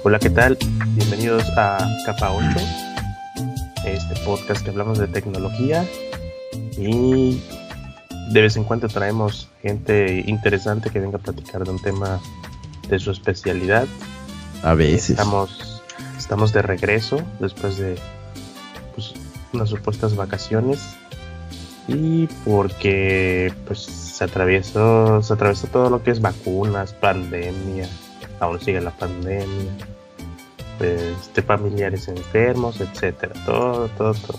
Hola, ¿qué tal? Bienvenidos a Capa 8, este podcast que hablamos de tecnología y de vez en cuando traemos gente interesante que venga a platicar de un tema de su especialidad. A veces. Estamos de regreso después de unas supuestas vacaciones y porque se atravesó todo lo que es vacunas, pandemia, aún sigue la pandemia, familiares enfermos, etcétera, todo.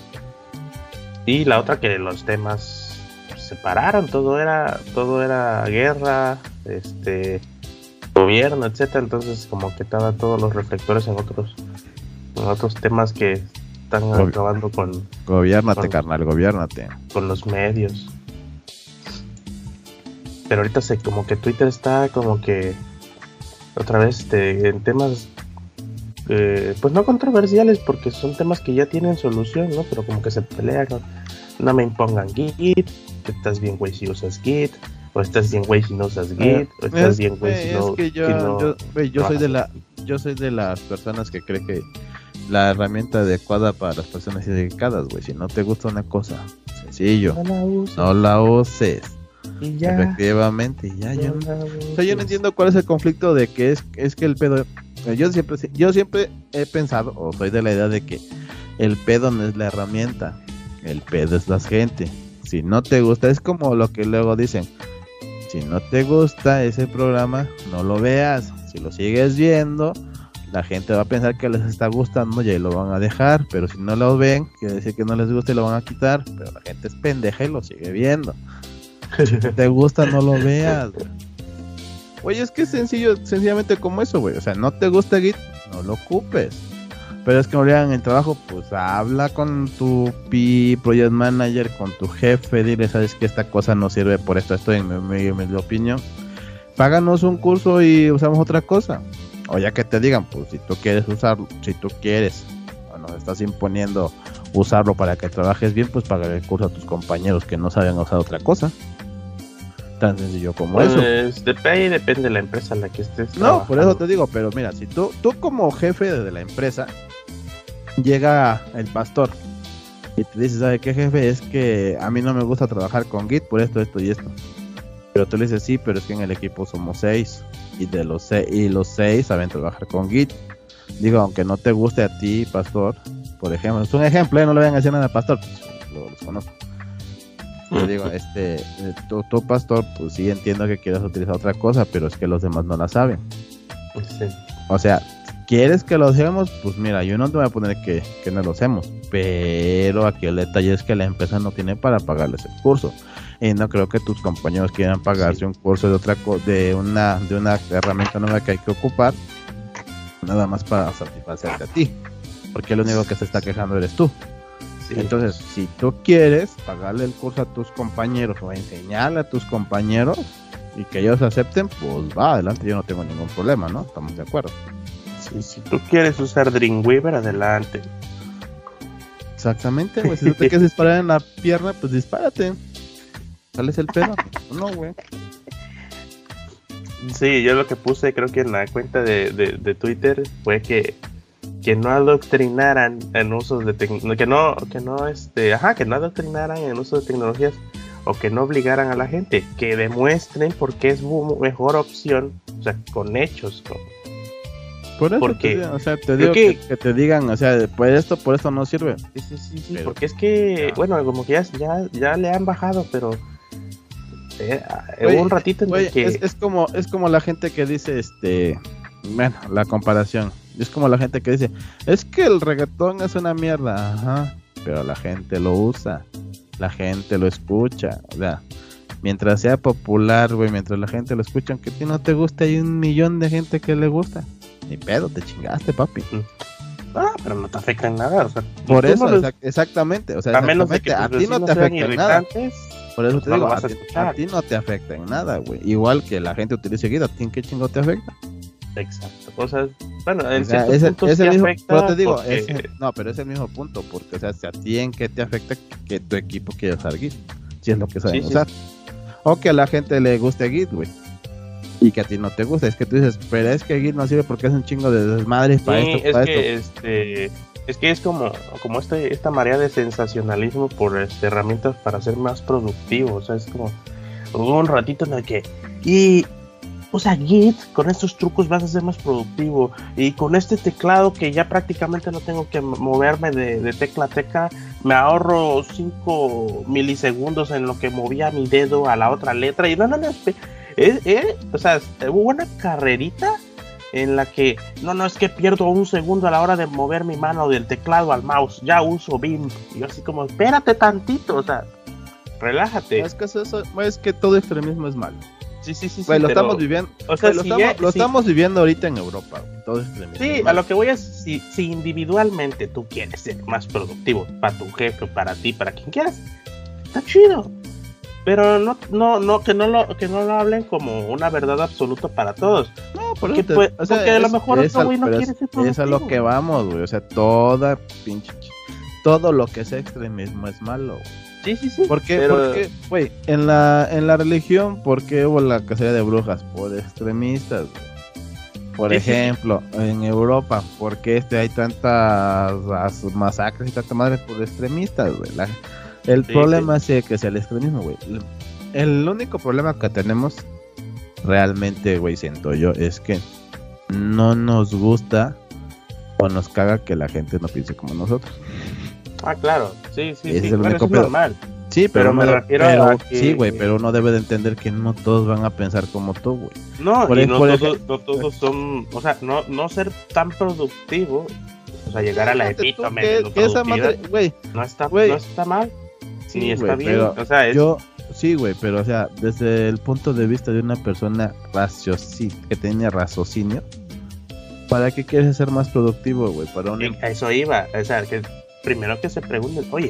Y la otra, que los temas se pararon, todo era guerra, gobierno, etcétera. Entonces como que estaban todos los reflectores en otros temas que están acabando con... Gobiérnate, carnal, gobiérnate. Con los medios. Pero ahorita como que Twitter está como que otra vez en temas pues no controversiales, porque son temas que ya tienen solución, ¿no? Pero como que se pelean, no me impongan Git, que estás bien güey si usas Git, o estás bien güey si no usas Git, o estás bien güey si no... Es que yo soy de las personas que cree que la herramienta adecuada para las personas indicadas, güey. Si no te gusta una cosa, sencillo, no la uses. Y ya. Efectivamente, ya. Yo no entiendo cuál es el conflicto de que es que el pedo. Yo siempre he pensado, o soy de la idea de que el pedo no es la herramienta, el pedo es la gente. Si no te gusta, es como lo que luego dicen: si no te gusta ese programa, no lo veas. Si lo sigues viendo, la gente va a pensar que les está gustando y ahí lo van a dejar. Pero si no lo ven, quiere decir que no les gusta y lo van a quitar. Pero la gente es pendeja y lo sigue viendo. Si te gusta, no lo veas, güey. Oye, es que es sencillamente como eso, güey. O sea, no te gusta Git, no lo ocupes. Pero es que no le hagan el trabajo, pues habla con tu project manager, con tu jefe, dile, sabes que esta cosa no sirve por esto, en mi opinión. Páganos un curso y usamos otra cosa. O ya que te digan, pues si tú quieres usarlo, o nos estás imponiendo usarlo para que trabajes bien, pues pagar el curso a tus compañeros que no saben usar otra cosa. Tan sencillo como eso. Depende de la empresa en la que estés trabajando. Por eso te digo, pero mira, si tú como jefe de la empresa, llega el pastor y te dice, ¿sabe qué, jefe? Es que a mí no me gusta trabajar con Git por esto y esto. Pero tú le dices, sí, pero es que en el equipo somos 6 y los 6 saben trabajar con Git. Digo, aunque no te guste a ti, pastor, por ejemplo, es un ejemplo, no le vayan a decir nada al pastor, pues los conozco. Yo digo, tú pastor, pues sí entiendo que quieras utilizar otra cosa, pero es que los demás no la saben. Sí. O sea, ¿quieres que lo hacemos? Pues mira, yo no te voy a poner que no lo hacemos, pero aquí el detalle es que la empresa no tiene para pagarles el curso. Y no creo que tus compañeros quieran pagarse un curso de una herramienta nueva que hay que ocupar, nada más para satisfacerte a ti, porque lo único que se está quejando eres tú. Sí. Entonces, si tú quieres pagarle el curso a tus compañeros o enseñarle a tus compañeros y que ellos acepten, pues va, adelante, yo no tengo ningún problema, ¿no? Estamos de acuerdo. Sí, si tú quieres usar Dreamweaver, adelante. Exactamente, güey. Si tú te quieres disparar en la pierna, pues dispárate. ¿Sales el pedo? No, güey. Sí, yo lo que puse, creo que en la cuenta de Twitter, fue que no adoctrinaran en usos de que no adoctrinaran en uso de tecnologías, o que no obligaran a la gente, que demuestren por qué es mejor opción, o sea, con hechos, ¿no? Por eso te digo que te digan, o sea, por esto no sirve. Sí, pero, porque es que, bueno, como que ya le han bajado, pero hubo un ratito en que... Es como la gente que dice, bueno, la comparación, es como la gente que dice, es que el reggaetón es una mierda, ajá, pero la gente lo usa, la gente lo escucha, o sea, mientras sea popular, güey, mientras la gente lo escucha, aunque a ti no te guste, hay 1,000,000 de gente que le gusta, ni pedo, te chingaste, papi. Pero no te afecta en nada, o sea, por eso, exactamente, o sea, a menos de que a ti no te afecta en nada. Por eso te digo, a ti no te afecta en nada, güey. Igual que la gente utilice Git, ¿a ti en qué chingo te afecta? Exacto. O sea, bueno, en cierto punto sí mismo, afecta, pero te digo, porque... pero es el mismo punto, porque, o sea, si a ti en qué te afecta que tu equipo quiera usar Git, si es lo que saben usar. O que a la gente le guste Git, güey. y que a ti no te gusta. Es que tú dices, pero es que Git no sirve porque es un chingo de desmadres para Sí, esto, para es que es como esta marea de sensacionalismo por herramientas para ser más productivo. O sea, es como hubo un ratito en el que o sea, Git, con estos trucos vas a ser más productivo. Y con este teclado que ya prácticamente no tengo que moverme de tecla a tecla, me ahorro 5 milisegundos en lo que movía mi dedo a la otra letra. Y no, o sea, hubo una carrerita en la que, no, es que pierdo un segundo a la hora de mover mi mano del teclado al mouse. Ya uso BIM. Y yo así como, espérate tantito, o sea, relájate. Es que todo extremismo es malo. Sí, pues lo estamos viviendo. O sea, estamos viviendo ahorita en Europa. Todo sí, a lo que voy es si individualmente tú quieres ser más productivo para tu jefe, para ti, para quien quieras, está chido. Pero que no lo hablen como una verdad absoluta para todos. No, porque a lo mejor otro güey no quiere ser productivo. Es a lo que vamos, güey. O sea, todo lo que sea extremismo es malo. Sí. Porque, güey, en la religión, ¿por qué hubo la cacería de brujas? Por extremistas, güey. Por ejemplo, en Europa, ¿por qué hay tantas masacres y tanta madre por extremistas, güey? El problema es que es el extremismo, güey. El único problema que tenemos realmente, güey, siento yo, es que no nos gusta o nos caga que la gente no piense como nosotros. Ah, claro, sí, es el único es normal. Sí, pero me refiero a que... Sí, güey, pero uno debe de entender que no todos van a pensar como tú, güey. No, no todos son, o sea, no ser tan productivo, o sea, llegar a la epítome de la productividad, no está mal, sí, ni está bien, o sea, sí, güey, pero o sea, desde el punto de vista de una persona que tenía raciocinio, ¿para qué quieres ser más productivo, güey? A eso iba, o sea, que primero que se pregunten, oye,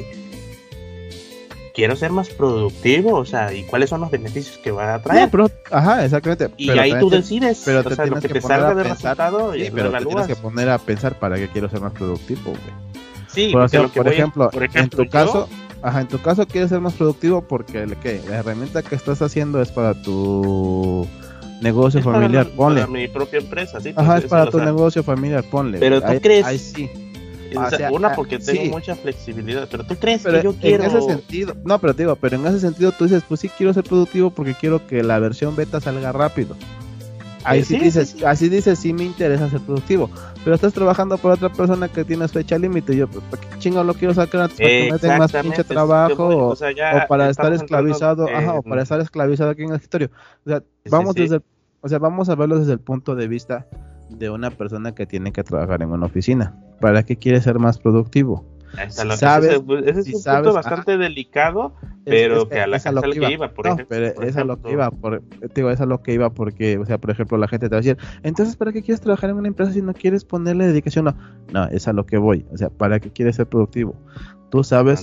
quiero ser más productivo, o sea, ¿y cuáles son los beneficios que va a traer? Ajá, exactamente. Y ahí tú decides, pero o sea, lo que te salga de resultado y pero te tienes que poner a pensar para qué quiero ser más productivo, güey. Sí, por ejemplo, en tu caso, quieres ser más productivo porque la herramienta que estás haciendo es para tu negocio familiar, ponle. Para mi propia empresa, sí. Ajá, es para tu negocio familiar, ponle. Pero tú crees. Ahí sí. O sea, porque tengo mucha flexibilidad, pero tú crees que yo quiero... En ese sentido, pero en ese sentido tú dices, pues sí quiero ser productivo porque quiero que la versión beta salga rápido. Ahí sí dices, así dices, sí me interesa ser productivo, pero estás trabajando para otra persona que tienes fecha límite, yo, ¿para qué chingo lo quiero sacar antes para que me den más pinche trabajo o para estar esclavizado, o para estar esclavizado aquí en el escritorio? O sea, vamos a verlo desde el punto de vista de una persona que tiene que trabajar en una oficina. ¿Para qué quiere ser más productivo? Ese es un punto bastante delicado, pero que a la casa que iba, por ejemplo. Pero es a lo que iba, es a lo que iba porque, o sea, por ejemplo, la gente te va a decir, entonces, ¿para qué quieres trabajar en una empresa si no quieres ponerle dedicación? No, es a lo que voy, o sea, ¿para qué quieres ser productivo? Tú sabes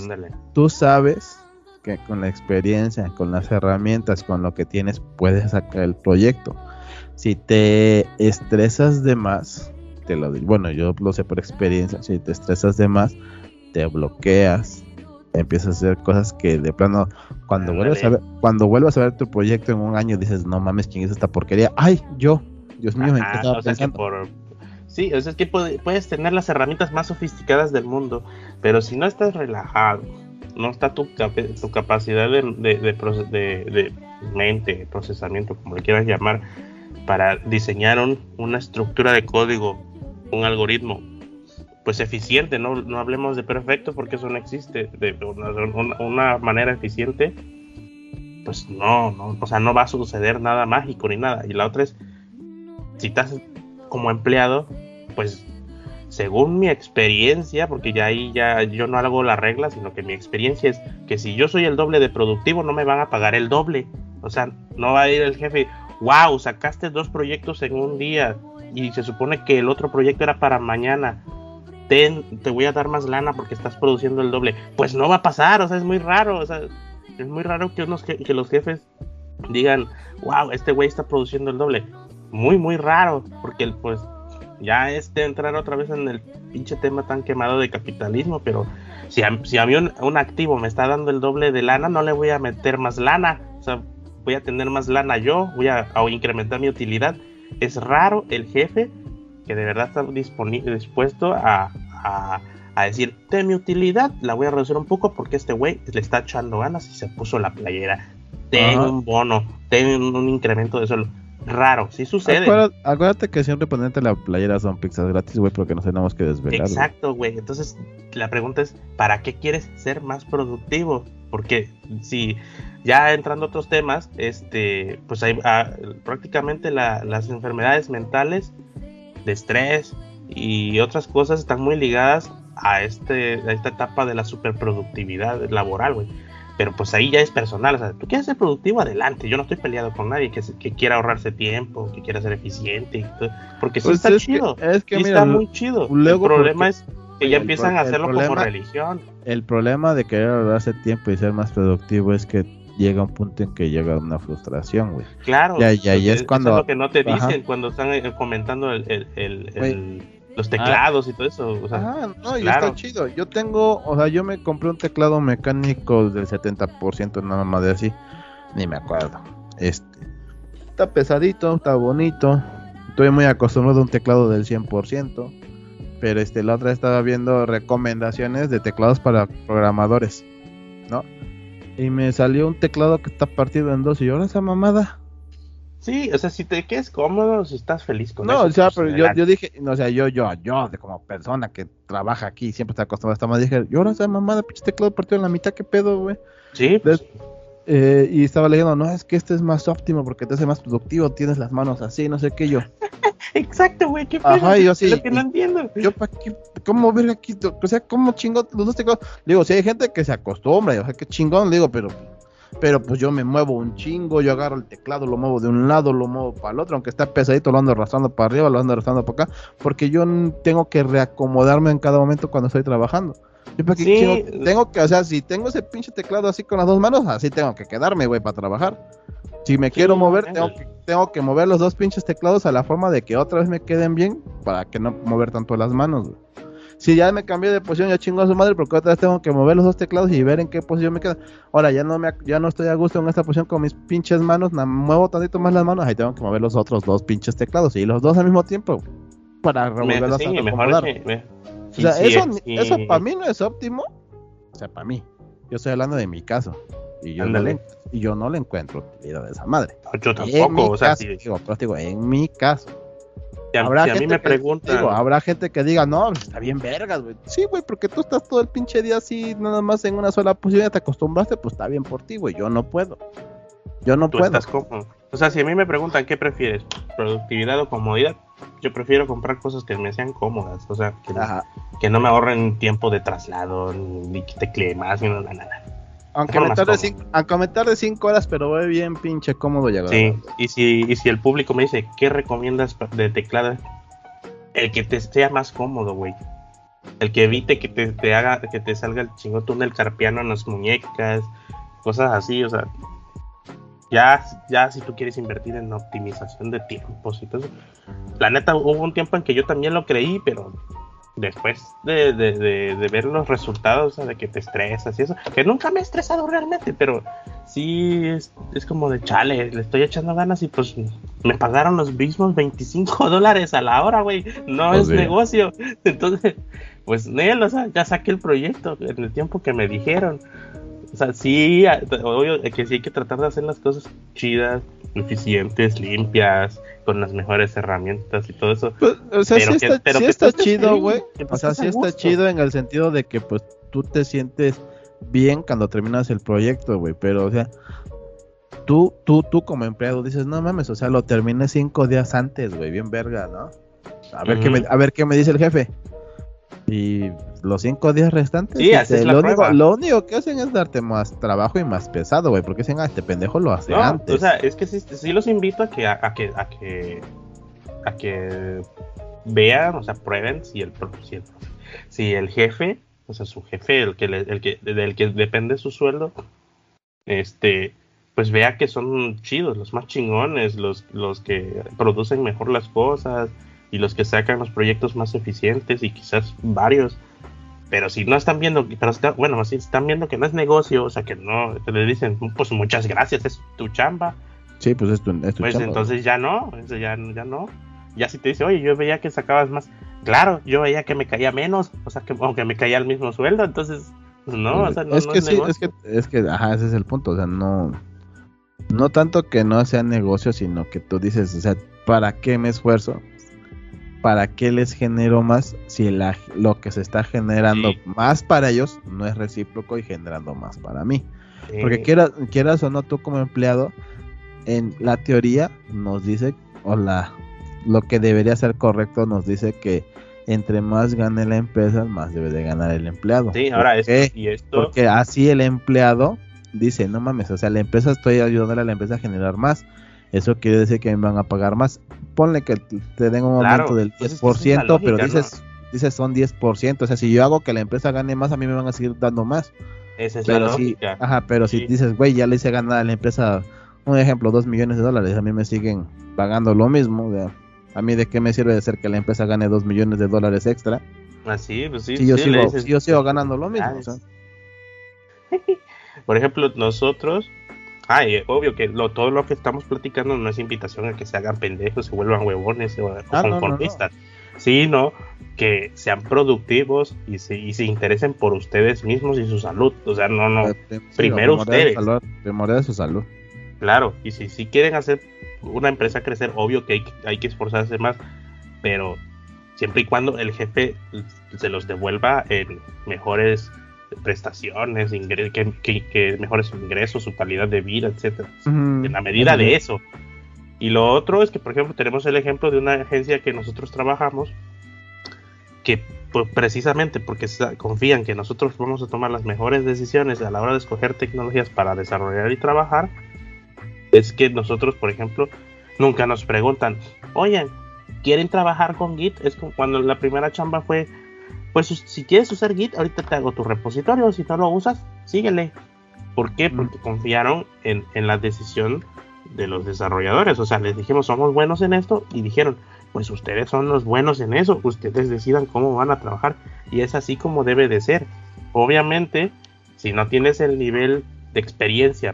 que con la experiencia, con las herramientas, con lo que tienes, puedes sacar el proyecto. Si te estresas de más, te lo digo, bueno, yo lo sé por experiencia, si te estresas de más, te bloqueas, empiezas a hacer cosas que de plano, cuando vuelvas a ver tu proyecto en un año, dices, no mames, ¿quién es esta porquería? ¡Ay, Dios mío! ¿en qué estaba pensando? Sí, o sea, es que puedes tener las herramientas más sofisticadas del mundo, pero si no estás relajado, no está tu capacidad de mente, procesamiento, como le quieras llamar, para diseñar una estructura de código, un algoritmo, pues eficiente, no hablemos de perfecto porque eso no existe, de una manera eficiente, pues no, o sea, no va a suceder nada mágico ni nada. Y la otra es, si estás como empleado, pues según mi experiencia, porque ya yo no hago la regla, sino que mi experiencia es que si yo soy el doble de productivo, no me van a pagar el doble. O sea, no va a ir el jefe, wow, sacaste 2 proyectos en un día y se supone que el otro proyecto era para mañana, te voy a dar más lana porque estás produciendo el doble. Pues no va a pasar, o sea, es muy raro, o sea, es muy raro que los jefes digan, wow, este güey está produciendo el doble. Muy, muy raro, porque pues ya entrar otra vez en el pinche tema tan quemado de capitalismo, pero si a mí un activo me está dando el doble de lana, no le voy a meter más lana, o sea, voy a tener más lana yo, voy a incrementar mi utilidad. Es raro el jefe que de verdad está dispuesto a decir, de mi utilidad la voy a reducir un poco porque este güey le está echando ganas y se puso la playera. Ten un bono, ten un incremento de sueldo. Raro, sí sucede. Acuérdate que siempre ponerte la playera son pizzas gratis, güey, porque nos tenemos que desvelar. Exacto, güey. Entonces, la pregunta es, ¿para qué quieres ser más productivo? Porque si ya entrando a otros temas, pues hay prácticamente las enfermedades mentales de estrés y otras cosas están muy ligadas a esta etapa de la superproductividad laboral, güey. Pero pues ahí ya es personal, o sea, tú quieres ser productivo, adelante, yo no estoy peleado con nadie que quiera ahorrarse tiempo, que quiera ser eficiente, y todo, porque sí pues está chido, sí mira, está muy chido. El problema es que ya empiezan a hacerlo como religión. El problema de querer ahorrarse tiempo y ser más productivo es que llega un punto en que llega una frustración, güey. Claro, y es cuando... Eso es lo que no te dicen cuando están comentando los teclados y todo eso, o sea, no, pues, y está chido. Yo me compré un teclado mecánico del 70%, nada más de así, ni me acuerdo. Está pesadito, está bonito. Estoy muy acostumbrado a un teclado del 100%, pero la otra estaba viendo recomendaciones de teclados para programadores, ¿no? Y me salió un teclado que está partido en dos y ahora esa mamada. Sí, o sea, si te quedas cómodo, si estás feliz con eso. No, o sea, pero yo dije, no, o sea, yo de como persona que trabaja aquí, siempre está acostumbrado a esta madre, dije, yo ahora esa mamada, pinche teclado partido en la mitad, ¿qué pedo, güey? Sí, pues. Y estaba leyendo, no, es que este es más óptimo porque te hace más productivo, tienes las manos así, no sé qué, yo. Exacto, güey, qué pedo. Ajá, y yo sí. Es lo que no entiendo. Yo, ¿para qué? ¿Cómo ver aquí? O sea, ¿cómo chingón los dos teclados? Le digo, si hay gente que se acostumbra, o sea, qué chingón, le digo, pero pues yo me muevo un chingo, yo agarro el teclado, lo muevo de un lado, lo muevo para el otro, aunque está pesadito, lo ando arrastrando para arriba, lo ando arrastrando para acá, porque yo tengo que reacomodarme en cada momento cuando estoy trabajando. Yo para qué tengo que, o sea, si tengo ese pinche teclado así con las dos manos, así tengo que quedarme, güey, para trabajar. Si me quiero mover, tengo que mover los dos pinches teclados a la forma de que otra vez me queden bien, para que no mover tanto las manos, güey. Si ya me cambié de posición, ya chingo a su madre, porque otra vez tengo que mover los dos teclados y ver en qué posición me quedan. Ahora ya no estoy a gusto en esta posición con mis pinches manos, muevo tantito más las manos, ahí tengo que mover los otros dos pinches teclados y los dos al mismo tiempo para revolverlos a acomodar. O sea, eso para mí no es óptimo. O sea, para mí. Yo estoy hablando de mi caso. Y yo no le encuentro utilidad de esa madre. No, yo tampoco, o sea, digo, en mi caso. Si a mí me preguntan, habrá gente que diga, no, está bien vergas, güey. Sí, güey, porque tú estás todo el pinche día así, nada más en una sola posición, te acostumbraste, pues está bien por ti, güey. Yo no puedo. Tú estás cómodo. O sea, si a mí me preguntan qué prefieres, productividad o comodidad, yo prefiero comprar cosas que me sean cómodas, o sea, que no me ahorren tiempo de traslado, ni que teclee más, ni nada. Aunque me tarde 5 horas, pero voy bien pinche cómodo llegar. Sí, y si el público me dice, ¿qué recomiendas de teclado? El que te sea más cómodo, güey. El que evite que te haga, que te salga el chingón túnel carpiano en las muñecas, cosas así, o sea. Ya si tú quieres invertir en optimización de tiempos y todo eso. La neta, hubo un tiempo en que yo también lo creí, pero después de ver los resultados, o sea, de que te estresas y eso, que nunca me he estresado realmente, pero sí es como de chale, le estoy echando ganas y pues me pagaron los mismos $25 a la hora, güey, no es negocio. Entonces, pues o sea, ya saqué el proyecto en el tiempo que me dijeron. O sea, sí, obvio que sí hay que tratar de hacer las cosas chidas, eficientes, limpias, con las mejores herramientas y todo eso. Pues, o sea, pero sí está chido, güey. O sea, sí está chido en el sentido de que pues tú te sientes bien cuando terminas el proyecto, güey. Pero, o sea, tú como empleado dices, no mames, o sea, lo terminé 5 días antes, güey, bien verga, ¿no? A ver qué me dice el jefe. Y los 5 días restantes, sí, lo único que hacen es darte más trabajo y más pesado, güey, porque dicen, este pendejo lo hace antes. O sea, es que sí los invito a que vean, o sea, prueben si el jefe, o sea, su jefe, del que depende su sueldo, pues vea que son chidos, los más chingones, los que producen mejor las cosas y los que sacan los proyectos más eficientes y quizás varios. Pero si no están viendo, bueno, si están viendo que no es negocio, o sea, que no, te le dicen, pues muchas gracias, es tu chamba. Sí, pues es tu pues chamba. Entonces ya no, ya no. Ya si te dice, oye, yo veía que sacabas más. Claro, yo veía que me caía menos, o sea, que aunque me caía el mismo sueldo, entonces, pues no, o sea, no es que es sí, negocio. es que, ajá, ese es el punto, o sea, no tanto que no sea negocio, sino que tú dices, o sea, ¿para qué me esfuerzo? ¿Para qué les genero más si lo que se está generando más para ellos no es recíproco y generando más para mí? Porque quieras o no, tú como empleado, en la teoría nos dice, lo que debería ser correcto nos dice que entre más gane la empresa, más debe de ganar el empleado. Sí, ahora esto. Porque así el empleado dice, no mames, o sea, la empresa, estoy ayudando a la empresa a generar más. Eso quiere decir que me van a pagar más. Ponle que te den un aumento del 10%, pues es lógica, pero dices son 10%. O sea, si yo hago que la empresa gane más, a mí me van a seguir dando más. Esa es la lógica. Pero si dices, güey, ya le hice ganar a la empresa, un ejemplo, $2 millones, a mí me siguen pagando lo mismo. A mí de qué me sirve de ser que la empresa gane $2 millones extra. Así, pues sí. Si yo sigo ganando lo mismo. O sea. Por ejemplo, nosotros, obvio que todo lo que estamos platicando no es invitación a que se hagan pendejos, se vuelvan huevones o conformistas, sino que sean productivos y se interesen por ustedes mismos y su salud. O sea, primero ustedes. Primero su salud. Claro, y si quieren hacer una empresa crecer, obvio que hay que esforzarse más, pero siempre y cuando el jefe se los devuelva en mejores prestaciones, que mejores ingresos, su calidad de vida, etcétera, en la medida de eso. Y lo otro es que, por ejemplo, tenemos el ejemplo de una agencia que nosotros trabajamos, que pues, precisamente porque confían que nosotros vamos a tomar las mejores decisiones a la hora de escoger tecnologías para desarrollar y trabajar, es que nosotros, por ejemplo, nunca nos preguntan, oye, ¿quieren trabajar con Git? Es como cuando la primera chamba fue, pues si quieres usar Git, ahorita te hago tu repositorio, si no lo usas, síguele. ¿Por qué? Porque confiaron en la decisión de los desarrolladores. O sea, les dijimos, somos buenos en esto, y dijeron, pues ustedes son los buenos en eso, ustedes decidan cómo van a trabajar, y es así como debe de ser. Obviamente, si no tienes el nivel de experiencia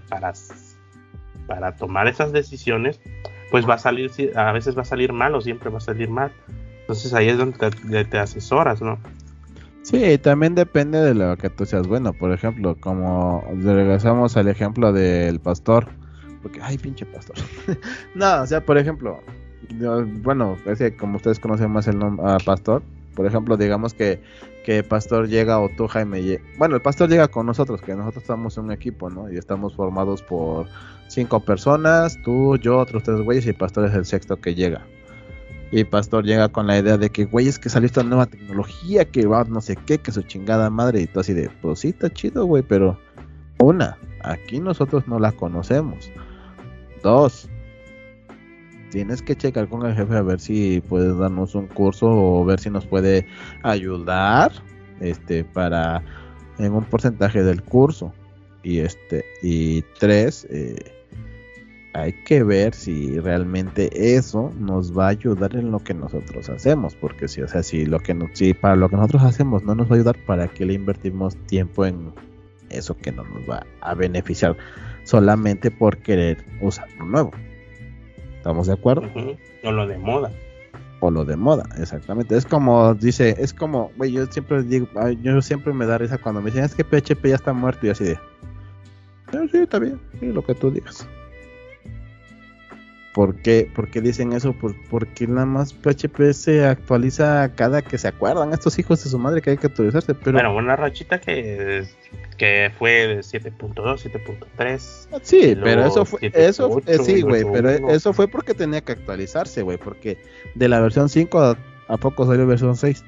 para tomar esas decisiones, pues a veces va a salir mal o siempre va a salir mal. Entonces ahí es donde te asesoras, ¿no? Sí, también depende de lo que tú seas bueno. Por ejemplo, como regresamos al ejemplo del pastor, porque, ay, pinche pastor. No, o sea, por ejemplo, bueno, es que como ustedes conocen más el nombre a pastor, por ejemplo, digamos que pastor llega o tú, Jaime, bueno, el pastor llega con nosotros, que nosotros estamos en un equipo, ¿no? Y estamos formados por 5 personas, tú, yo, otros 3 güeyes, y el pastor es el sexto que llega. Y pastor llega con la idea de que, güey, es que salió esta nueva tecnología, que va no sé qué, que su chingada madre, y tú así de, pues sí, está chido, güey, pero aquí nosotros no la conocemos. 2, tienes que checar con el jefe a ver si puedes darnos un curso o ver si nos puede ayudar, para en un porcentaje del curso. Y 3, hay que ver si realmente eso nos va a ayudar en lo que nosotros hacemos, porque si para lo que nosotros hacemos no nos va a ayudar, ¿para qué le invertimos tiempo en eso que no nos va a beneficiar solamente por querer usar lo nuevo? ¿Estamos de acuerdo? O lo de moda, exactamente. Es como, güey, yo siempre me da risa cuando me dicen, es que PHP ya está muerto, y así de, sí, está bien, sí, lo que tú digas. ¿Por qué dicen eso? Porque nada más PHP se actualiza cada que se acuerdan estos hijos de su madre que hay que actualizarse. Pero bueno, una rachita que fue de 7.2, 7.3. Sí, pero sí, güey, pero eso fue porque tenía que actualizarse, güey, porque de la versión 5 ¿a poco salió versión 6?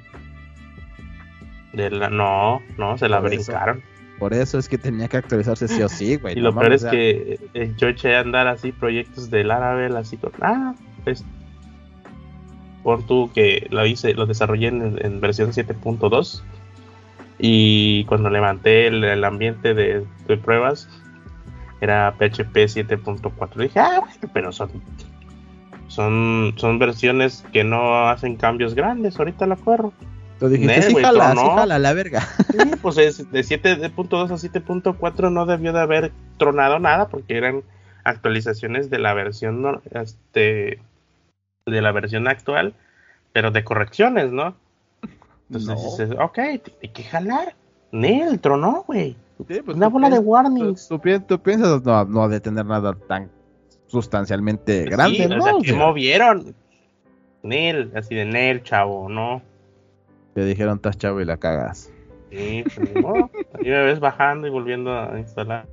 No, se la brincaron. Por eso es que tenía que actualizarse sí o sí, güey. Y lo peor es que yo eché a andar así proyectos del Laravel, así con, pues, por tú que lo desarrollé en versión 7.2, y cuando levanté el ambiente de pruebas era PHP 7.4. Dije, bueno, pero son versiones que no hacen cambios grandes, ahorita la corro. Lo dijiste, sí jala, la verga. Sí, pues es de 7.2 a 7.4 no debió de haber tronado nada porque eran actualizaciones de la versión de la versión actual, pero de correcciones, ¿no? Entonces dices, ok, hay que jalar. Nel, tronó, güey. Sí, pues una bola de warnings. Tú piensas, no ha de tener nada tan sustancialmente grande, sí, ¿no? O sea, ¿qué movieron? Nel, así de Nel, chavo, ¿no? Te dijeron, estás chavo y la cagas. Sí, pues no. Ahí me ves bajando y volviendo a instalar.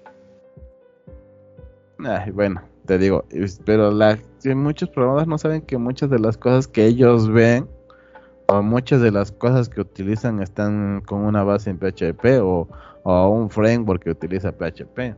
Ay, bueno, te digo, pero muchos programadores no saben que muchas de las cosas que ellos ven o muchas de las cosas que utilizan están con una base en PHP o un framework que utiliza PHP.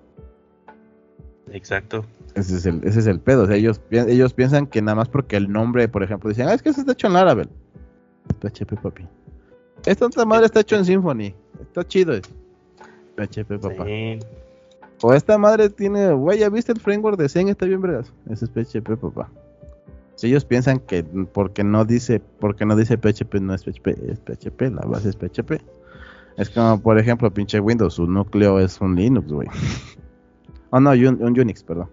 Exacto. Ese es el pedo. O sea, ellos piensan que nada más porque el nombre, por ejemplo, dicen, es que eso está hecho en Laravel. PHP, papi. Esta otra madre está hecho en Symfony. Está chido. PHP, papá. Sí. O esta madre tiene, güey, ¿ya viste el framework de Zen? Está bien, vergas. Ese es PHP, papá. Si ellos piensan que porque no dice PHP no es PHP, es PHP, la base es PHP. Es como, por ejemplo, pinche Windows, su núcleo es un Linux, güey. Oh, no, un Unix, perdón.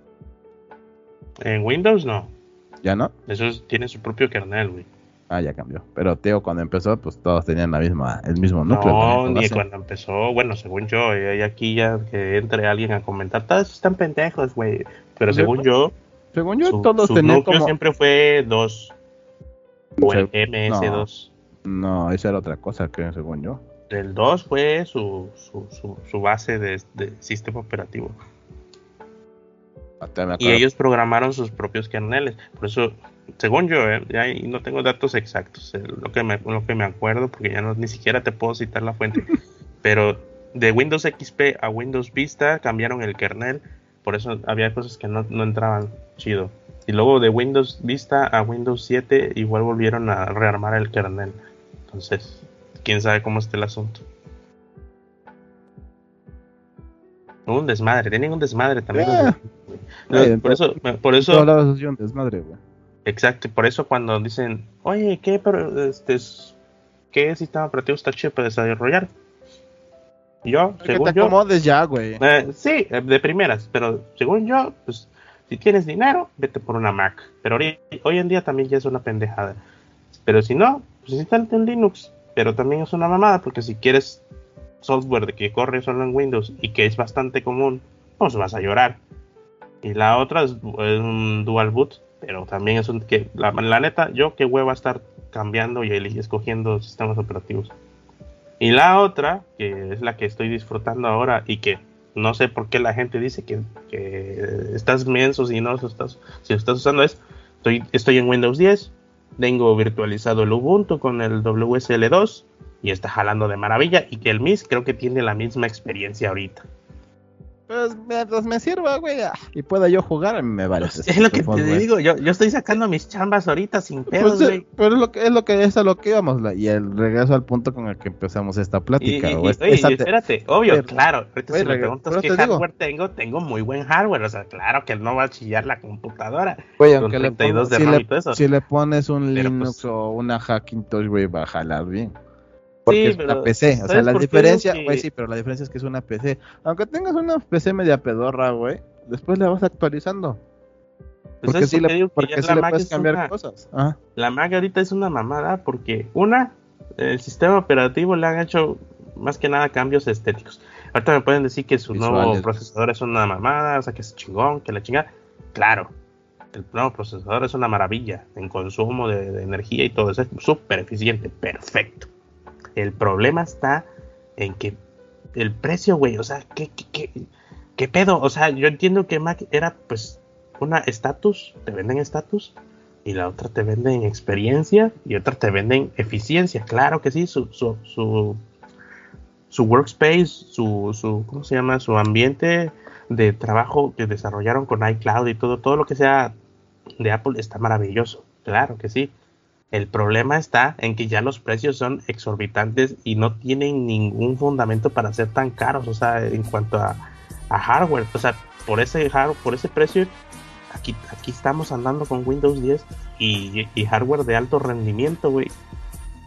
En Windows no. ¿Ya no? Eso tiene su propio kernel, güey. Ya cambió. Pero Teo cuando empezó, pues todos tenían el mismo núcleo. No, ni cuando empezó, bueno, según yo, y aquí ya que entre alguien a comentar, todos están pendejos, güey. Pero según yo, todos su tenían núcleo como... siempre fue 2. O el MS2. No, esa era otra cosa que según yo. El 2 fue su base de sistema operativo. Y ellos programaron sus propios kerneles. Por eso, según yo, ya no tengo datos exactos, lo que me acuerdo, porque ya ni siquiera te puedo citar la fuente. Pero de Windows XP a Windows Vista cambiaron el kernel. Por eso había cosas que no entraban chido. Y luego de Windows Vista a Windows 7 igual volvieron a rearmar el kernel. Entonces, quién sabe cómo está el asunto. Un desmadre, tenían un desmadre también. Por eso hablabas de un desmadre, güey. Exacto, por eso cuando dicen, oye, ¿qué sistema operativo está chido para desarrollar? Según yo, te acomodes ya, güey. Sí, de primeras, pero según yo, pues si tienes dinero, vete por una Mac. Pero hoy en día también ya es una pendejada. Pero si no, pues instálate en Linux. Pero también es una mamada, porque si quieres software de que corre solo en Windows y que es bastante común, pues vas a llorar. Y la otra es un dual boot, pero también es la neta, yo qué hueva estar cambiando y escogiendo sistemas operativos. Y la otra, que es la que estoy disfrutando ahora y que no sé por qué la gente dice que estás menso si lo estás usando, estoy en Windows 10, tengo virtualizado el Ubuntu con el WSL2 y está jalando de maravilla, y que el MIS creo que tiene la misma experiencia ahorita. Pues mientras me sirva, güey, y pueda yo jugar, a mí me vale. Es lo que te digo, yo estoy sacando mis chambas ahorita sin pedos, güey. Pero es a lo que íbamos, y el regreso al punto con el que empezamos esta plática. Espérate, obvio, claro. Ahorita si me preguntas qué hardware tengo muy buen hardware, o sea, claro que no va a chillar la computadora. Güey, aunque le pones, de RAM y todo eso. Si le pones un Linux o una Hackintosh, güey, va a jalar bien. Porque es una PC, o sea, la diferencia, güey, sí, pero la diferencia es que es una PC. Aunque tengas una PC media pedorra, güey, después la vas actualizando. Pues porque sí le puedes cambiar cosas. Ajá. La Mac ahorita es una mamada porque, el sistema operativo le han hecho más que nada cambios estéticos. Ahorita me pueden decir que su nuevo procesador es una mamada, o sea, que es chingón, que la chingada. Claro, el nuevo procesador es una maravilla en consumo de energía y todo eso, es súper eficiente, perfecto. El problema está en que el precio, güey, o sea, ¿qué pedo? O sea, yo entiendo que Mac era, pues, una estatus, te venden estatus, y la otra te venden experiencia, y otra te venden eficiencia. Claro que sí, su workspace, su ¿cómo se llama? Su ambiente de trabajo que desarrollaron con iCloud y todo lo que sea de Apple está maravilloso. Claro que sí. El problema está en que ya los precios son exorbitantes y no tienen ningún fundamento para ser tan caros, o sea, en cuanto a hardware. O sea, por ese precio, aquí estamos andando con Windows 10 y hardware de alto rendimiento, güey.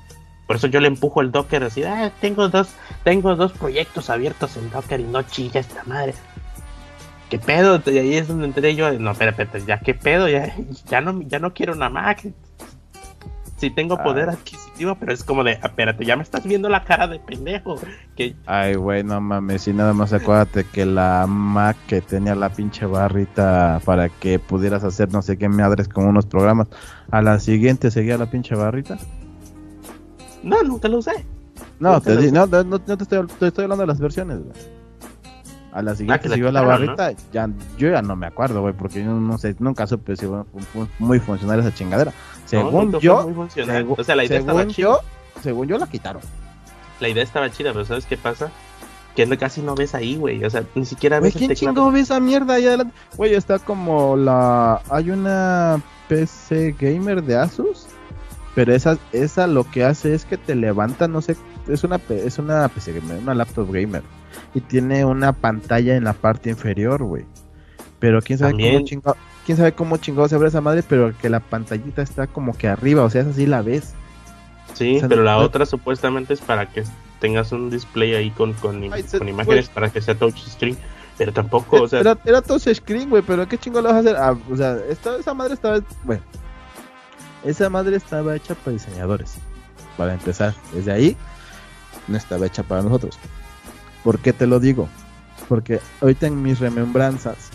Por eso yo le empujo el Docker así, tengo dos proyectos abiertos en Docker y no chilla esta madre. ¿Qué pedo? Y ahí es donde entré yo, no, espérate, ya qué pedo, ya no quiero una Mac. Sí tengo poder adquisitivo, pero es como de, espérate, ya me estás viendo la cara de pendejo. Que... Ay, güey, no mames, y nada más acuérdate que la Mac que tenía la pinche barrita para que pudieras hacer no sé qué madres con unos programas, a la siguiente seguía la pinche barrita. No, nunca lo usé. No, te estoy hablando de las versiones, güey. A la siguiente siguió la barrita, ¿no? Yo ya no me acuerdo, güey, porque yo no sé, nunca supe si fue muy funcional esa chingadera. Según yo, o sea, la idea estaba chida. Según yo la quitaron. La idea estaba chida, pero ¿sabes qué pasa? Que casi no ves ahí, güey, o sea, ni siquiera ves ¿Quién chingó ve esa mierda ahí adelante? Güey, está como hay una PC gamer de Asus, pero esa lo que hace es que te levanta, no sé, es una PC gamer, una laptop gamer, y tiene una pantalla en la parte inferior, güey. Pero quién sabe cómo chingado se abre esa madre, pero que la pantallita está como que arriba, o sea, esa sí la ves. Sí, o sea, pero la otra supuestamente es para que tengas un display ahí con imágenes, wey, para que sea touchscreen, pero tampoco, o sea... Era touchscreen, güey, pero ¿qué chingo lo vas a hacer? O sea, esa madre estaba... Bueno, esa madre estaba hecha para diseñadores, para empezar. Desde ahí, no estaba hecha para nosotros. ¿Por qué te lo digo? Porque ahorita en mis remembranzas,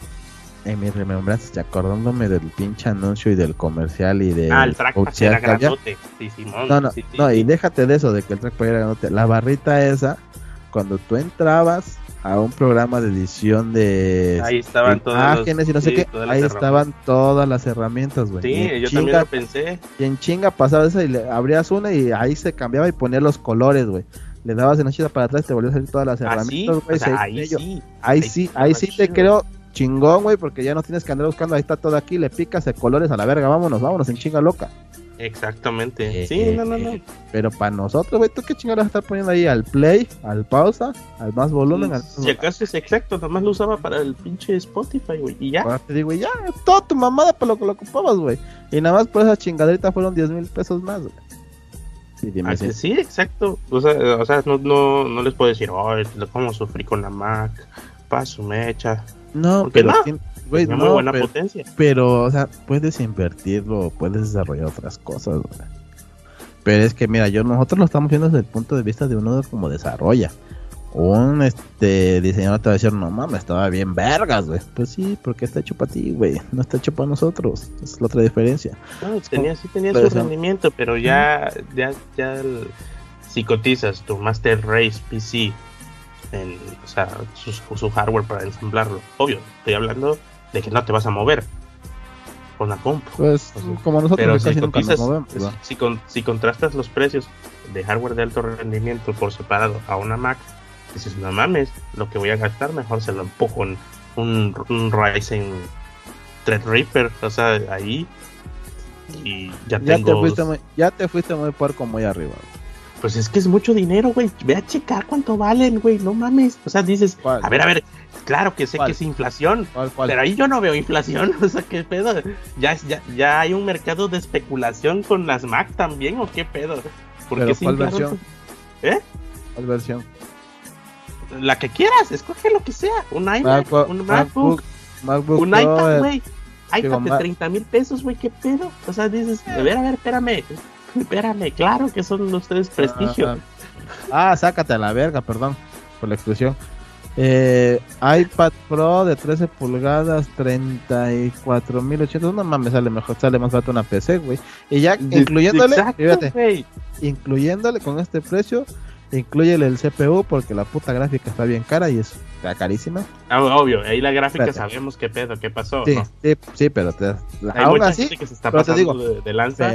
y acordándome del pinche anuncio y del comercial y de... el trackpad era grandote. Sí, Simón. No, y déjate de eso, de que el trackpad era grandote. La barrita esa, cuando tú entrabas a un programa de edición de ahí estaban imágenes y no sé qué, ahí estaban todas las herramientas, güey. Sí, yo también lo pensé. Y en chinga pasabas esa y le abrías una y ahí se cambiaba y ponía los colores, güey. Le dabas en la chida para atrás y te volvías a salir todas las herramientas, güey. Ahí sí te creo chingón, güey, porque ya no tienes que andar buscando, ahí está todo aquí, le picas de colores a la verga, vámonos en chinga loca. Exactamente. Sí, no. Pero para nosotros, güey, ¿tú qué chingados vas a estar poniendo ahí? ¿Al play? ¿Al pausa? ¿Al más volumen? Si acaso es exacto, nomás lo usaba para el pinche Spotify, güey, y ya. Ahora te digo, ya, toda tu mamada para lo que lo ocupabas, güey. Y nada más por esa chingaderita fueron 10,000 pesos más, güey. Sí, exacto. O sea, no les puedo decir, cómo sufrí con la Mac, paso mecha. No, pero güey, muy buena potencia. Pero, o sea, puedes invertirlo, puedes desarrollar otras cosas, güey. Pero es que, mira, nosotros lo estamos viendo desde el punto de vista de uno como desarrolla. Un diseñador te va a decir, no mames, estaba bien vergas, güey. Pues sí, porque está hecho para ti, güey. No está hecho para nosotros. Esa es la otra diferencia. No, tenía su rendimiento, pero ya si cotizas tu Master Race PC, o sea, su hardware para ensamblarlo, obvio, estoy hablando de que no te vas a mover con la compu. Pues, como nosotros, pero casi nunca nos movemos, si contrastas los precios de hardware de alto rendimiento por separado a una Mac, dices, no mames, lo que voy a gastar mejor se lo empujo en un Ryzen Threadripper, o sea, ahí, y ya te fuiste muy puerco muy arriba, güey. Pues es que es mucho dinero, güey. Ve a checar cuánto valen, güey. No mames. O sea, dices, ¿cuál? A ver. Claro que sé que es inflación. ¿Cuál? Pero ahí yo no veo inflación. O sea, ¿qué pedo? ¿Ya hay un mercado de especulación con las Mac también? ¿O qué pedo? Porque ¿cuál versión? ¿Cuál versión? La que quieras. Escoge lo que sea. Un iMac, un MacBook, un Pro, iPad, güey. iPad de 30,000 pesos, güey. ¿Qué pedo? O sea, dices, a ver, espérame, claro que son ustedes prestigio. Sácate a la verga, perdón por la expresión. iPad Pro de 13 pulgadas, 34,800. No mames, sale más barato una PC, güey. Y ya incluyéndole, exacto, fíjate, incluyéndole con este precio, incluyele el CPU porque la puta gráfica está bien cara y está carísima. Obvio, ahí la gráfica sabemos qué pedo, qué pasó. Sí, ¿no? sí, pero hay aún mucha así, gente que se está pasando de lanza.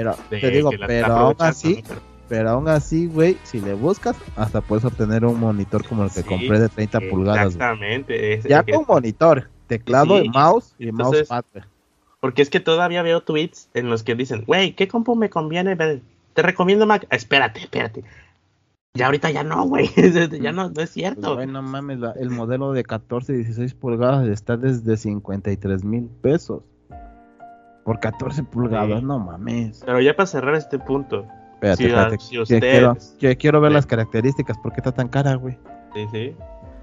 Pero aún así, güey, si le buscas, hasta puedes obtener un monitor como el que compré de 30 pulgadas. Exactamente. Ya con monitor, teclado, mouse y entonces, mousepad. Porque es que todavía veo tweets en los que dicen, güey, ¿qué compu me conviene? Te recomiendo Mac. Espérate. Ya ahorita ya no, güey. Ya no es cierto. Pues, güey, no mames, el modelo de 14 y 16 pulgadas está desde 53,000 pesos. Por 14 pulgadas, no mames. Pero ya para cerrar este punto, Espérate. Si usted... Quiero ver las características. ¿Por qué está tan cara, güey? Sí.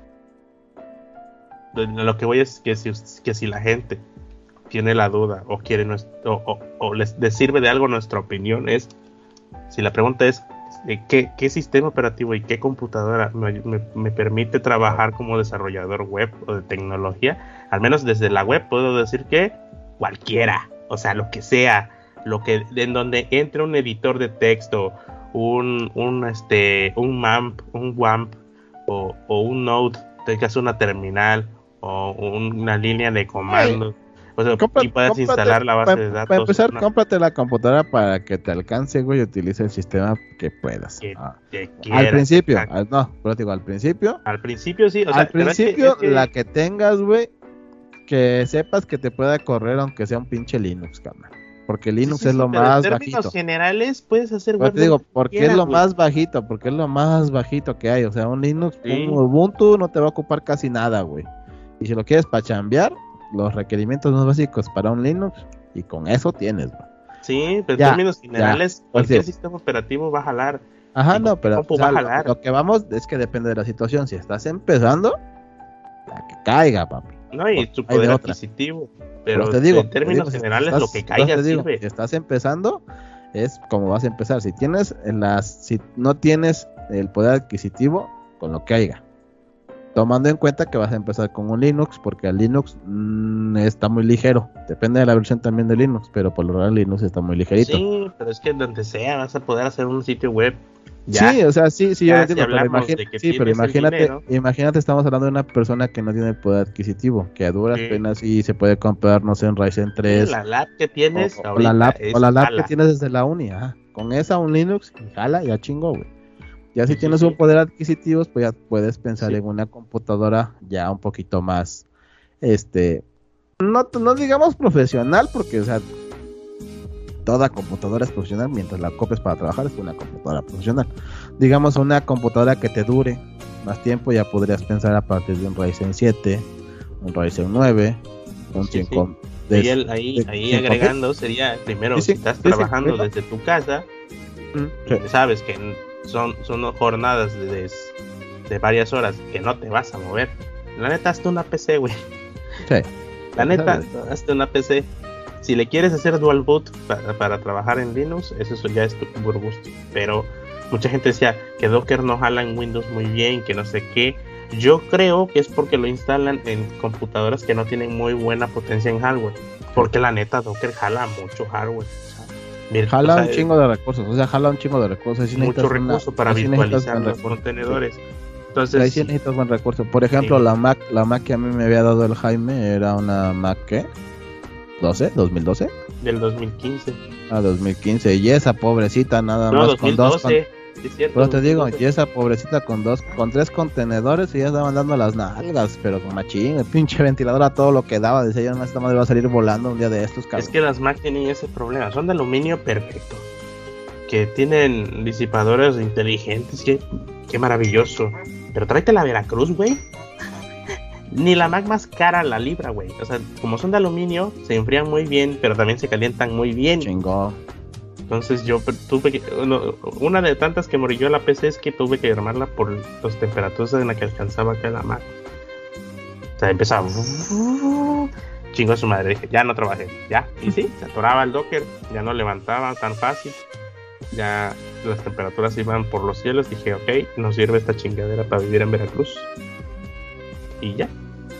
Lo que voy es que si la gente tiene la duda o quiere o les sirve de algo nuestra opinión, si la pregunta es ¿qué sistema operativo y qué computadora me permite trabajar como desarrollador web o de tecnología, al menos desde la web puedo decir que cualquiera, o sea, lo que sea, en donde entre un editor de texto, un MAMP, un WAMP o un Node, tengas una terminal o una línea de comandos. O sea, y puedes instalar la base de datos. Para empezar, cómprate la computadora para que te alcance, güey, y utilice el sistema que puedas. Que quieras, al principio, pero te digo, al principio. Al principio sí, o sea, al principio la que tengas, güey, que sepas que te pueda correr aunque sea un pinche Linux, carnal. Porque Linux es lo más bajito. En términos generales puedes hacer web. Te digo, porque es lo más bajito, porque es lo más bajito que hay. O sea, un Linux, un Ubuntu no te va a ocupar casi nada, güey. Y si lo quieres para chambear, los requerimientos más básicos para un Linux, y con eso tienes, güey. Sí, pero en términos generales, cualquier sistema operativo va a jalar. Ajá, no, pero o sea, lo que vamos es que depende de la situación. Si estás empezando, la que caiga, papi. No, y su poder adquisitivo. Pero te digo, en términos generales, lo que caiga sirve. Si estás empezando, es como vas a empezar. Si no tienes el poder adquisitivo, con lo que haya. Tomando en cuenta que vas a empezar con un Linux, porque el Linux está muy ligero. Depende de la versión también de Linux, pero por lo general Linux está muy ligerito. Sí, pero es que donde sea vas a poder hacer un sitio web. Ya, sí, o sea, sí, yo lo entiendo, pero imagínate, estamos hablando de una persona que no tiene poder adquisitivo, que a duras penas sí se puede comprar, no sé, un Ryzen 3. La lap que tienes o la lap que tienes desde la uni, con esa un Linux, y jala, ya chingo, güey. Ya si tienes un poder adquisitivo, pues ya puedes pensar en una computadora ya un poquito más, no digamos profesional, porque, o sea, toda computadora es profesional mientras la copies para trabajar, es una computadora profesional. Digamos una computadora que te dure más tiempo, ya podrías pensar a partir de un Ryzen 7, un Ryzen 9, un 5. Ahí agregando sería primero si estás trabajando desde tu casa, sabes que son jornadas de varias horas que no te vas a mover. La neta, hazte una PC, güey. Sí. La neta, hazte una PC. Si le quieres hacer dual boot para trabajar en Linux, eso ya es tu puro gusto. Pero mucha gente decía que Docker no jala en Windows muy bien, que no sé qué. Yo creo que es porque lo instalan en computadoras que no tienen muy buena potencia en hardware. Porque la neta, Docker jala mucho hardware. Jala un chingo de recursos, mucho recurso para virtualizar los contenedores. Entonces, ahí sí necesitas buen recurso. Por ejemplo, la Mac que a mí me había dado el Jaime era una Mac ¿qué? ¿2012? Del 2015. 2015. Y esa pobrecita nada más 2012. con dos. Es cierto, pero te digo, y esa pobrecita con 3 contenedores y ya estaban dando las nalgas, pero con machín, el pinche ventilador a todo lo que daba. Decía yo, esta madre va a salir volando un día de estos, cabrón. Es que las Mac tienen ese problema, son de aluminio perfecto, que tienen disipadores inteligentes, qué maravilloso. Pero tráete la Veracruz, güey. Ni la Mac más cara la libra, güey. O sea, como son de aluminio, se enfrían muy bien, pero también se calientan muy bien. Chingón. Entonces yo tuve una de tantas que morilló la PC es que tuve que armarla por las temperaturas en las que alcanzaba acá la Mac. O sea, empezaba chingó a su madre, dije, ya no trabajé, ya. Y sí, se atoraba el Docker, ya no levantaba tan fácil. Ya las temperaturas iban por los cielos, dije, ok, nos sirve esta chingadera para vivir en Veracruz. Y ya.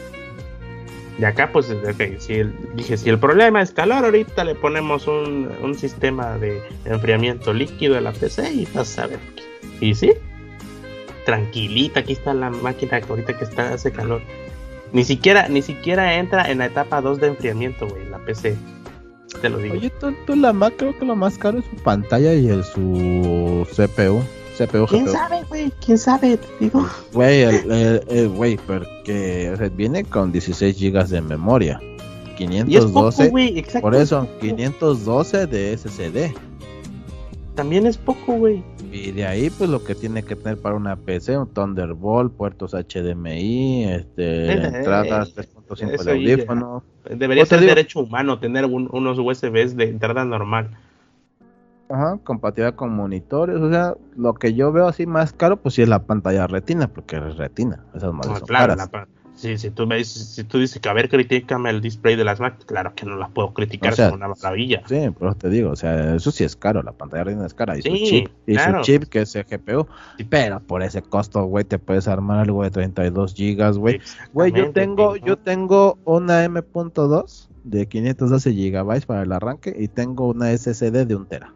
Y acá pues okay, si el problema es calor, ahorita le ponemos un sistema de enfriamiento líquido a la PC y vas a ver. Y sí, tranquilita, aquí está la máquina ahorita que hace calor. Ni siquiera entra en la etapa 2 de enfriamiento, güey, la PC. Te lo digo. Oye, tú la Mac, creo que lo más caro es su pantalla y su CPU. ¿Quién sabe, güey? ¿Quién sabe? Te digo. Güey, porque o sea, viene con 16 GB de memoria. 512. Poco, güey, exacto. Por eso, 512 de SSD. También es poco, güey. Y de ahí, pues lo que tiene que tener para una PC, un Thunderbolt, puertos HDMI, entradas 3.5 de audífono. Debería ser derecho humano tener unos USBs de entrada normal. Ajá, compatibilidad con monitores, o sea, lo que yo veo así más caro, pues sí es la pantalla retina, porque es retina, esas madres son Claro, caras. si tú dices que a ver, critícame el display de las Mac, claro que no las puedo O criticar, son sea, una maravilla. sí, por eso te digo, o sea, eso sí es caro, la pantalla retina es cara, Sí, y su claro. chip que es el GPU, Sí, pero por ese costo, güey, te puedes armar algo de 32 gigas, güey. Güey, exactamente. yo tengo una M.2 de 512 gigabytes para el arranque y tengo una SSD de 1 tera.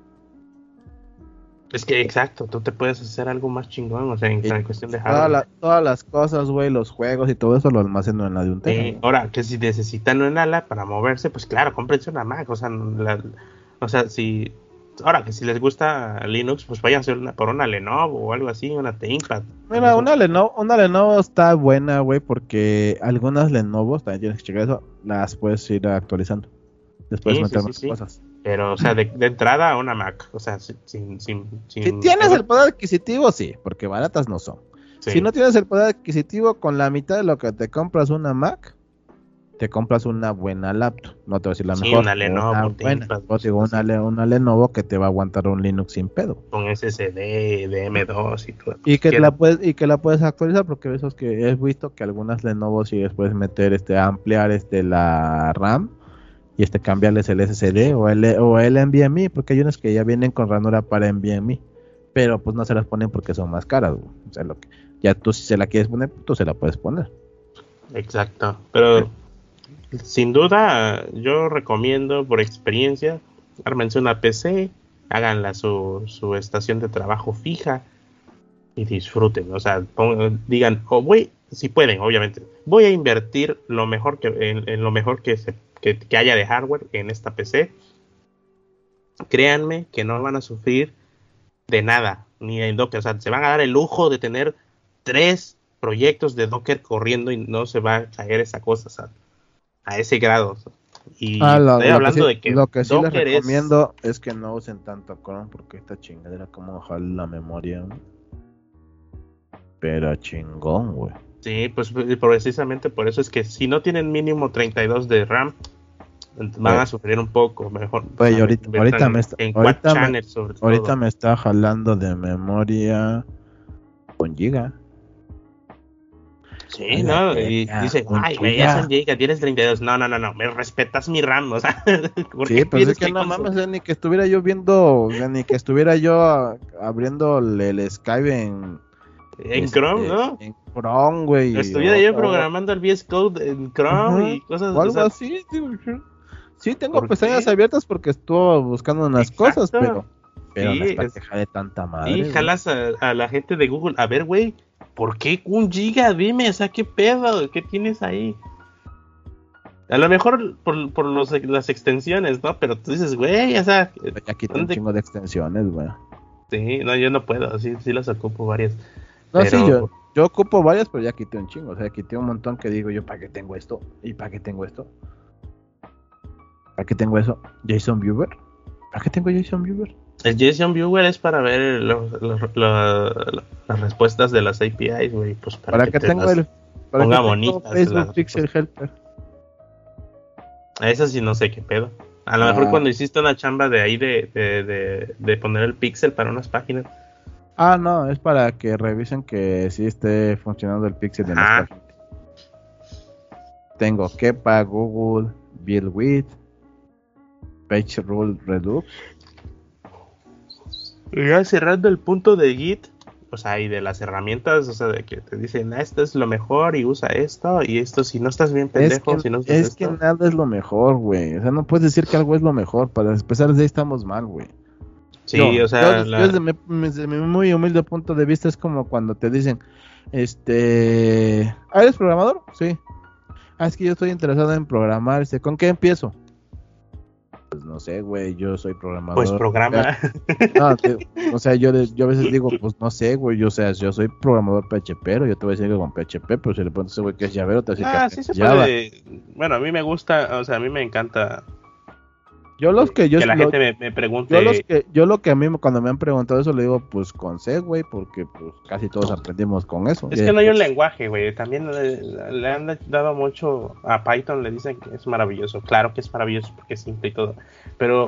Es que exacto, tú te puedes hacer algo más chingón, o sea, en Y cuestión de hardware. todas las cosas, güey, los juegos y todo eso lo almaceno en la de 1 tera. Ahora, que si necesitan un ala para moverse, pues claro, cómprense una Mac, o sea, o sea, ahora que si les gusta Linux, pues vayan a hacer por una Lenovo o algo así, una ThinkPad. Mira, una Lenovo está buena, güey, porque algunas Lenovo, también tienes que checar eso, las puedes ir actualizando. Después Sí, sí, meter sí, más sí. cosas. Pero, o sea, de entrada una Mac, o sea, sin Si tienes el poder adquisitivo, sí, porque baratas no son. sí. Si no tienes el poder adquisitivo, con la mitad de lo que te compras una Mac, te compras una buena laptop. No te voy a decir la Sí, mejor, una Lenovo, una buena. ThinkPad, Yo digo una Lenovo que te va a aguantar un Linux sin pedo. con SSD, de M2 y todo. Y que la puedes actualizar, porque eso es que he visto que algunas Lenovo sí les puedes meter ampliar la RAM y cambiarles el SSD Sí. o el NVMe, porque hay unas que ya vienen con ranura para NVMe, pero pues no se las ponen porque son más caras, güey. O sea, ya tú si se la quieres poner, tú se la puedes poner. Exacto, pero sin duda yo recomiendo por experiencia, ármense una PC, háganla su estación de trabajo fija y disfruten, o sea, digan, si pueden, obviamente, voy a invertir lo mejor en lo mejor que haya de hardware en esta PC. Créanme que no van a sufrir de nada, ni en Docker, o sea, se van a dar el lujo de tener 3 proyectos de Docker corriendo y no se va a caer esa cosa, o sea, a ese grado. Y estoy hablando de que lo que sí les Docker recomiendo es que no usen tanto Chrome, porque esta chingadera como jala la memoria, güey. Pero chingón, güey. Sí, pues precisamente por eso es que si no tienen mínimo 32 de RAM, van a sufrir un poco mejor. Güey, O sea, ahorita me está jalando de memoria con giga. Sí, Ay, ¿no? Y dice, ay, güey, ya son gigas, tienes 32. No, me respetas mi RAM, o sea, sí, pues es que no mames, o sea, ni que estuviera yo viendo, o sea, ni que estuviera yo abriendo el Skype en Chrome, ¿no? En Chrome, güey. Estuviera yo programando el VS Code en Chrome y cosas o algo así, sí, tengo pestañas abiertas porque estuve buscando unas cosas, pero sí, no es para quejar de tanta madre. Y jalas a la gente de Google, a ver, güey, ¿por qué 1 giga? Dime, o sea, ¿qué pedo? ¿Qué tienes ahí? A lo mejor por las extensiones, ¿no? Pero tú dices, güey, o sea... Ya quité un chingo de extensiones, güey. Sí, no, yo no puedo, sí las ocupo varias. No, pero... sí, yo ocupo varias, pero ya quité un chingo, o sea, quité un montón que digo yo, ¿para qué tengo esto? ¿Y para qué tengo esto? ¿Para qué tengo eso? ¿JSON Viewer? ¿Para qué tengo JSON Viewer? El JSON Viewer es para ver las respuestas de las APIs, güey, pues para que tengo ponga bonitas. Facebook Pixel Helper. A eso sí no sé qué pedo. A lo mejor cuando hiciste una chamba de ahí de poner el pixel para unas páginas. No, es para que revisen que sí esté funcionando el pixel de las páginas. Tengo Kepa, Google, Buildwidth, Page Rule Redux. Y ya cerrando el punto de Git, o sea, y de las herramientas, o sea, de que te dicen, esto es lo mejor y usa esto, y esto, si no estás bien pendejo, si no usas esto. Es que nada es lo mejor, güey. O sea, no puedes decir que algo es lo mejor. Para empezar, de ahí estamos mal, güey. Sí, o sea... desde mi muy humilde punto de vista, es como cuando te dicen, ¿eres programador? Sí. Es que yo estoy interesado en programar. ¿Con qué empiezo? Pues no sé, güey, yo soy programador. Pues programa. O sea, yo a veces digo, pues no sé, güey, yo soy programador PHP, pero yo te voy a decir que con PHP, pero si le preguntas a ese güey que es llavero, te va a decir que sí se puede. Bueno, a mí me gusta, o sea, a mí me encanta. Que la gente me pregunte. Yo lo que a mí cuando me han preguntado eso le digo, pues con C, güey, porque pues casi todos aprendimos con eso. Es que no hay un lenguaje, güey. También le han dado mucho a Python, le dicen que es maravilloso. Claro que es maravilloso porque es simple y todo. Pero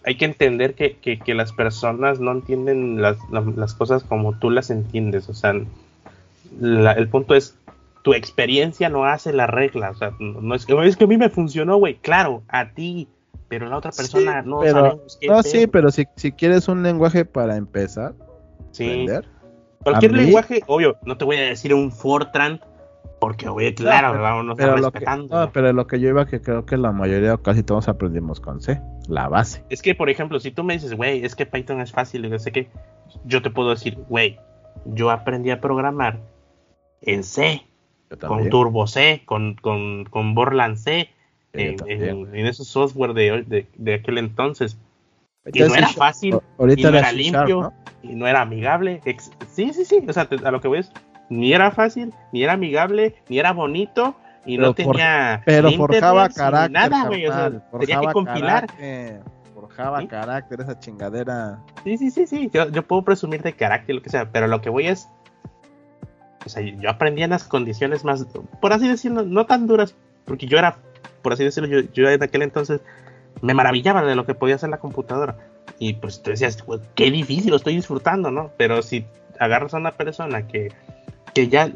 hay que entender que las personas no entienden las cosas como tú las entiendes. O sea, el punto es, tu experiencia no hace la regla. O sea, no es que a mí me funcionó, güey. Claro, a ti, pero la otra persona Sí, no pero, sabemos qué no, pedo. sí, pero si quieres un lenguaje para empezar, Sí. aprender. Cualquier A mí- lenguaje, obvio, no te voy a decir un Fortran, porque, oye, claro, no, vámonos pero respetando. ¿No? pero lo que yo iba, que creo que la mayoría o casi todos aprendimos con C, la base. Es que, por ejemplo, si tú me dices, güey, es que Python es fácil, y no sé qué, yo te puedo decir, güey, yo aprendí a programar en C, Yo con también. Turbo C, con Borland C, Yo también. en esos software de aquel entonces. Y Ahorita no era fácil, y ahorita no la era C Sharp, limpio, ¿no? y no era amigable. Sí, o sea, a lo que ves, ni era fácil, ni era amigable, ni era bonito, y no tenía Pero ni forjaba internet, ni carácter, nada, güey. O sea, carnal. tenía que compilar. Forjaba ¿Sí? carácter esa chingadera. Sí. Yo puedo presumir de carácter, lo que sea, pero lo que voy es, o sea, yo aprendí en las condiciones más, por así decirlo, no tan duras, porque yo era, por así decirlo, yo en aquel entonces me maravillaba de lo que podía hacer la computadora. Y pues tú decías, qué difícil, lo estoy disfrutando, ¿no? Pero si agarras a una persona que ya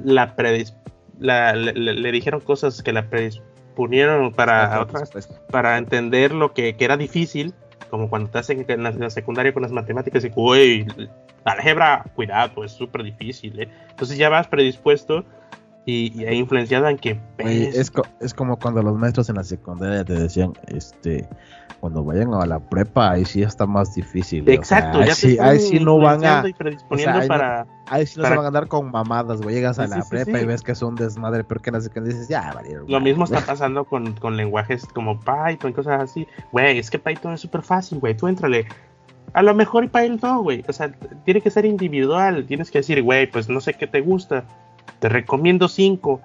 le dijeron cosas que la predisponieron para entender lo que era difícil, como cuando te hacen en la secundaria con las matemáticas, y uy, álgebra, cuidado, es súper difícil, ¿eh? Entonces ya vas predispuesto y influenciado en que Oye, es como cuando los maestros en la secundaria te decían, cuando vayan a la prepa, ahí sí está más difícil. Exacto, o sea, ya te están ahí sí no van a, y predisponiendo o sea, para... ahí sí no se van a andar con mamadas, güey. Llegas a la prepa sí. y ves que es un desmadre, pero que en la secundaria dices, ya, valieron. Lo mismo está pasando con lenguajes como Python, cosas así. Güey, es que Python es súper fácil, güey, tú éntrale. A lo mejor Python no, güey. O sea, tiene que ser individual. Tienes que decir, güey, pues no sé qué te gusta. Te recomiendo 5.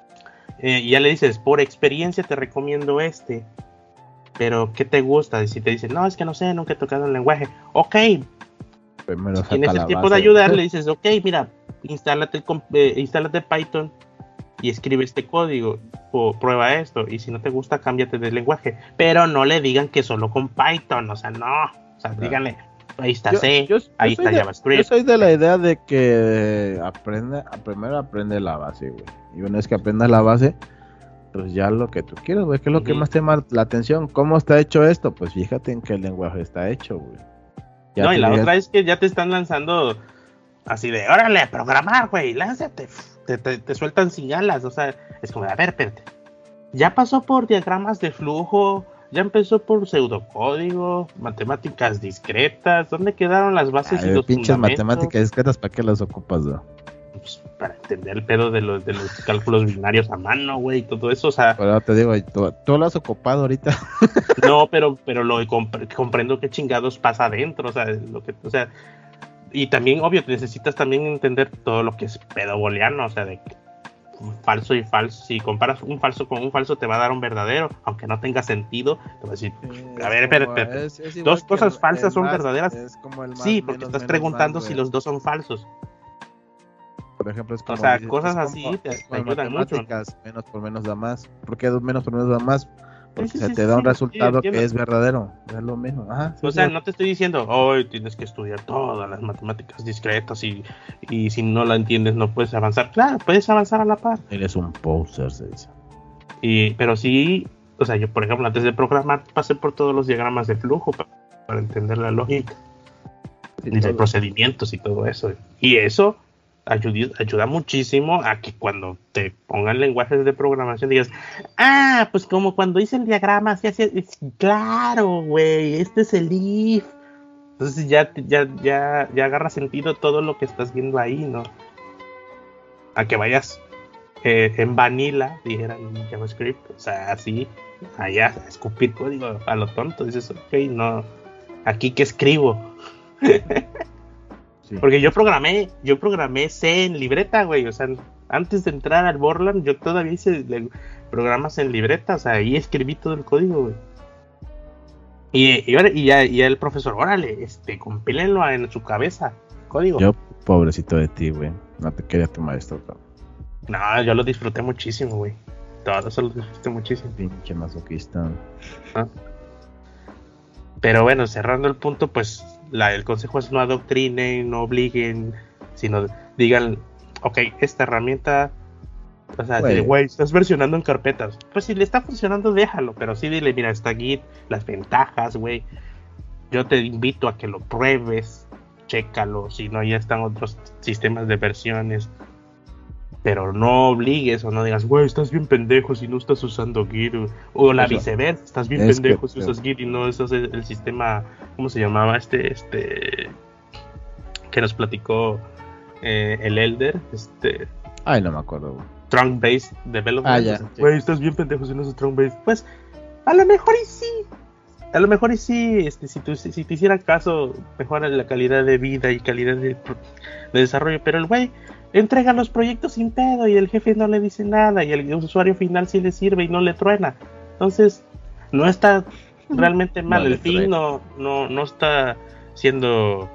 Y ya le dices, por experiencia te recomiendo este. Pero, ¿qué te gusta? Y si te dicen, no, es que no sé, nunca he tocado un lenguaje. Ok. Primero si tienes el tiempo de ayudar, le dices, ok, mira, instálate Python y escribe este código, o prueba esto, y si no te gusta, cámbiate de lenguaje. Pero no le digan que solo con Python, o sea, no. O sea, díganle, ahí está C, ahí está JavaScript. Yo soy de la idea de que primero aprende la base, güey. Y una vez que aprendas la base, pues ya lo que tú quieras, güey. ¿Qué es lo que más te llama la atención? ¿Cómo está hecho esto? Pues fíjate en qué lenguaje está hecho, güey. No, y la otra es que ya te están lanzando así de, órale, programar, güey, lánzate. Te sueltan sin alas, o sea, es como, a ver, espérate. Ya pasó por diagramas de flujo, ya empezó por pseudocódigo, matemáticas discretas. ¿Dónde quedaron las bases y los pinches fundamentos? matemáticas discretas, ¿para qué las ocupas, güey? Pues para entender el pedo de los cálculos binarios a mano, güey, y todo eso, o sea... Pero te digo, tú lo has ocupado ahorita. No, pero lo comprendo qué chingados pasa adentro, o sea, y también, obvio, necesitas también entender todo lo que es pedo booleano, o sea, de falso y falso. Si comparas un falso con un falso, te va a dar un verdadero, aunque no tenga sentido. Te va a decir, a ver, espérate, dos cosas falsas son verdaderas. Sí, porque estás preguntando si los dos son falsos. Por ejemplo, es como, o sea, cosas así te ayudan mucho. Menos por menos da más. ¿Por qué menos por menos da más? Porque sí, te da un resultado que es verdadero. Es lo mismo. Ajá, o sea, no te estoy diciendo, hoy tienes que estudiar todas las matemáticas discretas y si no la entiendes no puedes avanzar. Claro, puedes avanzar a la par. Eres un poser, se dice. Pero sí, o sea, yo por ejemplo antes de programar pasé por todos los diagramas de flujo para entender la lógica y de procedimientos y todo eso. Y eso ayuda muchísimo a que cuando te pongan lenguajes de programación digas, pues como cuando hice el diagrama, claro, güey, este es el if. Entonces ya agarra sentido todo lo que estás viendo ahí, ¿no? A que vayas en vanilla, dijeran en JavaScript, o sea, así, allá, a escupir código a lo tonto, dices, ok, no, aquí que escribo. Sí. Porque yo programé C en libreta, güey, o sea, antes de entrar al Borland, yo todavía hice programas en libreta, o sea, ahí escribí todo el código, güey. Y ya el profesor, órale, compílenlo en su cabeza, código. Yo, pobrecito de ti, güey, no te quería tu maestro, cabrón. No, yo lo disfruté muchísimo, güey. Todo eso lo disfruté muchísimo. Pinche masoquista. Pero bueno, cerrando el punto, pues el consejo es no adoctrinen, no obliguen, sino digan, ok, esta herramienta, o sea, güey, estás versionando en carpetas. Pues si le está funcionando, déjalo, pero sí dile, mira, está Git, las ventajas, güey. Yo te invito a que lo pruebes, chécalo, si no, ya están otros sistemas de versiones. Pero no obligues o no digas, güey, estás bien pendejo si no estás usando Git. O la viceversa, estás bien pendejo si usas Git y no usas el sistema, ¿cómo se llamaba? Que nos platicó el Elder. Ay, no me acuerdo, güey. Trunk-based development. Ya. Güey, estás bien pendejo si no usas Trunk-based. Pues, a lo mejor y sí. A lo mejor y sí, si te hicieran caso, mejora la calidad de vida y calidad de desarrollo. Pero el güey entrega los proyectos sin pedo y el jefe no le dice nada y el usuario final sí le sirve y no le truena. Entonces, no está realmente mal. El fin no está siendo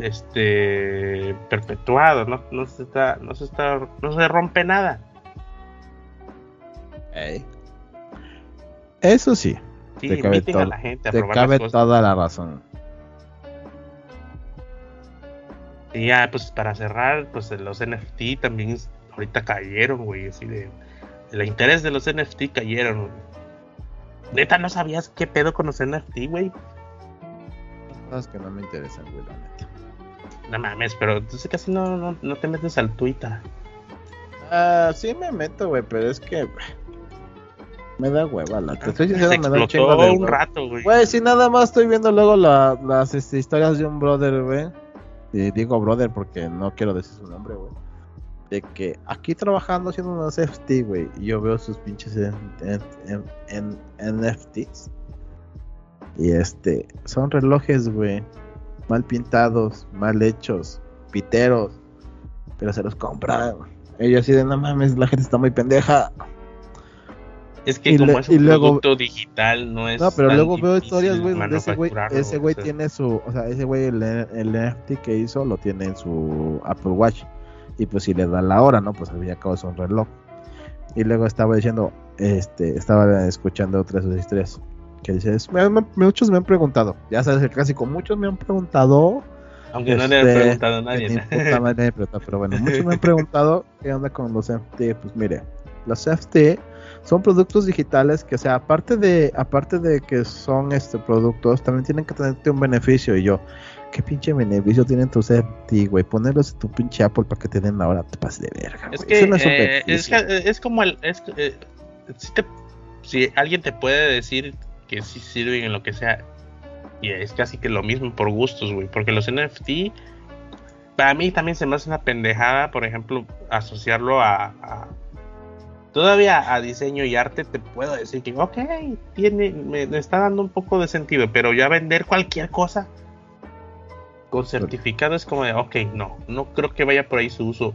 perpetuado, no se rompe nada. Eso sí. Sí, inviten a la gente a probar las cosas. Te cabe toda la razón. Y ya, pues para cerrar, pues los NFT también ahorita cayeron, güey, así el interés de los NFT cayeron, güey. Neta, ¿no sabías qué pedo con los NFT, güey? Cosas que no me interesan, güey, la neta. No mames, pero tú casi no te metes al Twitter. Sí me meto, güey, pero es que me da hueva, te estoy diciendo, me da un chingo de un rato, güey. Güey, si nada más estoy viendo luego las historias de un brother, güey. Y digo brother porque no quiero decir su nombre, güey. De que aquí trabajando haciendo unos NFT, güey, y yo veo sus pinches NFTs. Y son relojes, güey, mal pintados, mal hechos, piteros, pero se los compran. Ellos así de no mames, la gente está muy pendeja. Es que como es un producto digital, no es. No, pero luego veo historias, güey, donde ese güey tiene su. O sea, ese güey, el NFT que hizo, lo tiene en su Apple Watch. Y pues si le da la hora, ¿no? Pues al fin y al cabo es un reloj. Y luego estaba diciendo, estaba escuchando otras de sus historias. Que dices, muchos me han preguntado. Ya sabes, el clásico, muchos me han preguntado. Aunque no le han preguntado a nadie. Pero bueno, muchos me han preguntado qué onda con los NFT. Pues mire, los NFT son productos digitales que, o sea, aparte de que son productos, también tienen que tenerte un beneficio. Y yo, ¿qué pinche beneficio tienen tus NFT, güey? Ponerlos en tu pinche Apple para que te den la hora, te pases de verga. Es que, no es como si alguien te puede decir que sí sirven en lo que sea, y es casi que lo mismo por gustos, güey, porque los NFT para mí también se me hace una pendejada, por ejemplo, asociarlo todavía a diseño y arte. Te puedo decir que ok, me está dando un poco de sentido, pero ya vender cualquier cosa con certificado es como de ok, no creo que vaya por ahí su uso,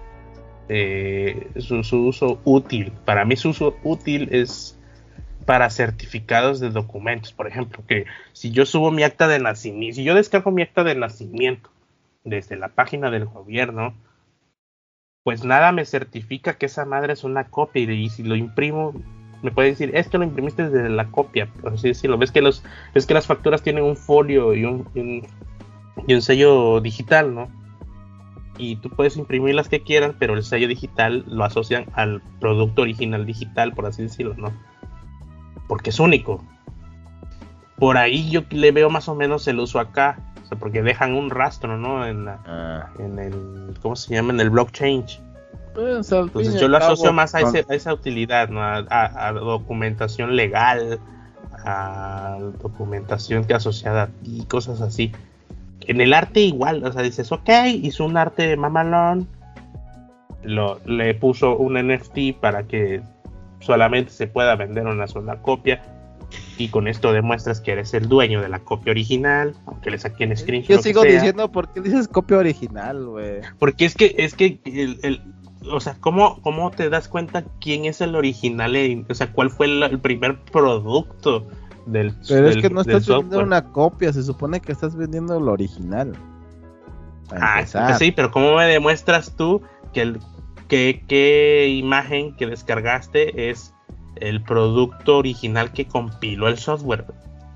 su uso útil. Para mí su uso útil es para certificados de documentos, por ejemplo, que si yo subo mi acta de nacimiento, si yo descargo mi acta de nacimiento desde la página del gobierno, pues nada me certifica que esa madre es una copia, y si lo imprimo me puede decir, es que lo imprimiste desde la copia, por así decirlo. Ves que las facturas tienen un folio y un sello digital, ¿no? Y tú puedes imprimir las que quieras, pero el sello digital lo asocian al producto original digital, por así decirlo, ¿no? Porque es único. Por ahí yo le veo más o menos el uso acá, o sea, porque dejan un rastro, ¿no? En el, ¿cómo se llama? En el blockchain. Pues, entonces yo lo asocio más a esa utilidad, ¿no? A documentación legal, a documentación que asociada y cosas así. En el arte igual, o sea, dices, ok, hizo un arte mamalón, le puso un NFT para que solamente se pueda vender una sola copia, y con esto demuestras que eres el dueño de la copia original, aunque le saquen screenshot. Yo sigo diciendo, ¿por qué dices copia original, güey? Porque es que o sea, ¿cómo te das cuenta quién es el original? O sea, ¿cuál fue el primer producto del software? Pero es que no estás vendiendo una copia, se supone que estás vendiendo lo original. Pues sí, pero ¿cómo me demuestras tú que qué imagen que descargaste es el producto original que compiló el software?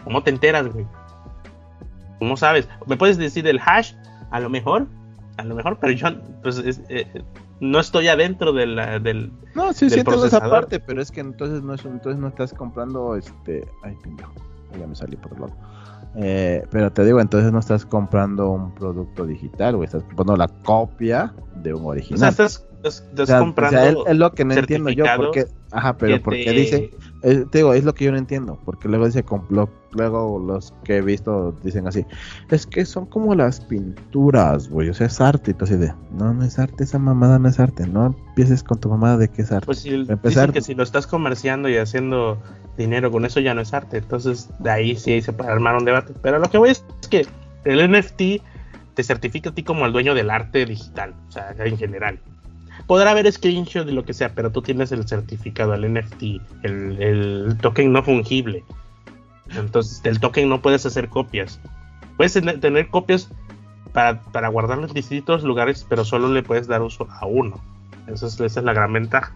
¿Cómo te enteras, güey? ¿Cómo sabes? ¿Me puedes decir el hash? A lo mejor, pero yo pues, no estoy adentro del no, sí, del entiendo esa procesador. parte, pero es que entonces no estás comprando ay, pendejo, ya me salí por el lado. Pero te digo, entonces no estás comprando un producto digital, güey, estás comprando la copia de un original. O sea, estás comprando. O sea, es lo que no entiendo yo, porque, pero porque dice, te digo, es lo que yo no entiendo, porque luego dice, luego los que he visto dicen así, es que son como las pinturas, güey, o sea, es arte, y tú así de, no es arte, esa mamada no es arte, no empieces con tu mamada de que es arte. Pues dicen que si lo estás comerciando y haciendo dinero con eso ya no es arte, entonces de ahí sí se puede armar un debate, pero lo que voy es que el NFT te certifica a ti como el dueño del arte digital, o sea, en general. Podrá haber screenshot de lo que sea, pero tú tienes el certificado, el NFT, el token no fungible. Entonces, del token no puedes hacer copias. Puedes tener copias para guardarlo en distintos lugares, pero solo le puedes dar uso a uno. Esa es la gran ventaja.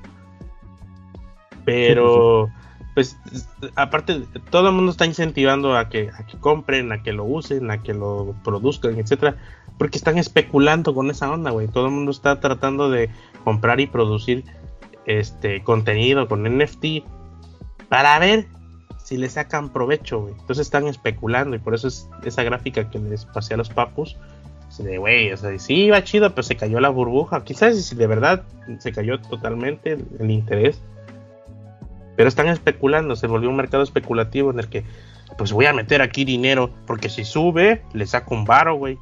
Pero, pues, aparte, todo el mundo está incentivando a que compren, a que lo usen, a que lo produzcan, etcétera, porque están especulando con esa onda, güey. Todo el mundo está tratando de comprar y producir contenido con NFT para ver si le sacan provecho, güey. Entonces están especulando y por eso es esa gráfica que les pasé a los papus. De güey, o sea, sí iba chido, pero se cayó la burbuja. Quizás si de verdad se cayó totalmente el interés. Pero están especulando, se volvió un mercado especulativo en el que, pues voy a meter aquí dinero, porque si sube, le saco un varo, güey.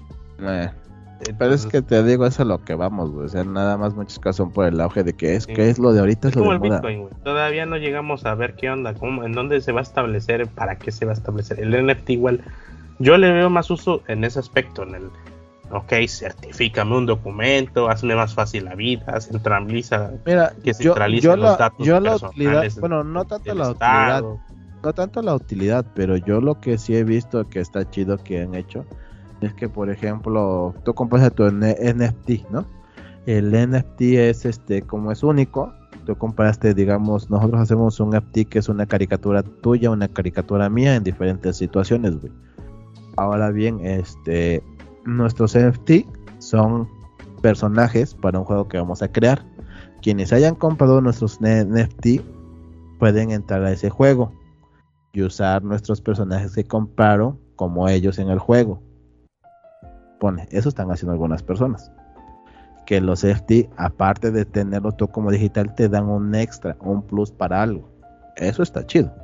Pero es que te digo, eso es lo que vamos, güey. O sea, nada más muchos casos son por el auge de que es lo de ahorita, es lo como de el moda. Bitcoin, güey. Todavía no llegamos a ver qué onda, en dónde se va a establecer, para qué se va a establecer. El NFT igual, yo le veo más uso en ese aspecto, en el, ok, certifícame un documento, hazme más fácil la vida, centraliza, mira, que centralice los datos la utilidad, bueno, no tanto la utilidad, no tanto la utilidad, pero yo lo que sí he visto que está chido que han hecho es que, por ejemplo, tú compras tu NFT, ¿no? El NFT es como es único, tú compraste, digamos, nosotros hacemos un NFT que es una caricatura tuya, una caricatura mía en diferentes situaciones, güey. Ahora bien, nuestros NFT son personajes para un juego que vamos a crear. Quienes hayan comprado nuestros NFT pueden entrar a ese juego y usar nuestros personajes que compraron como ellos en el juego. Eso están haciendo algunas personas. Que los NFT, aparte de tenerlo tú como digital, te dan un extra, un plus para algo. Eso está chido.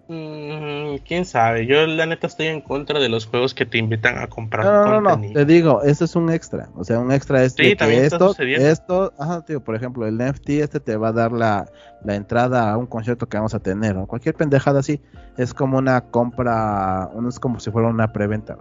Quién sabe, yo la neta estoy en contra de los juegos que te invitan a comprar contenido. No, te digo, eso es un extra. O sea, un extra es sí, que esto, tío, por ejemplo, el NFT te va a dar la entrada a un concierto que vamos a tener, o cualquier pendejada así. Es como una compra, es como si fuera una preventa.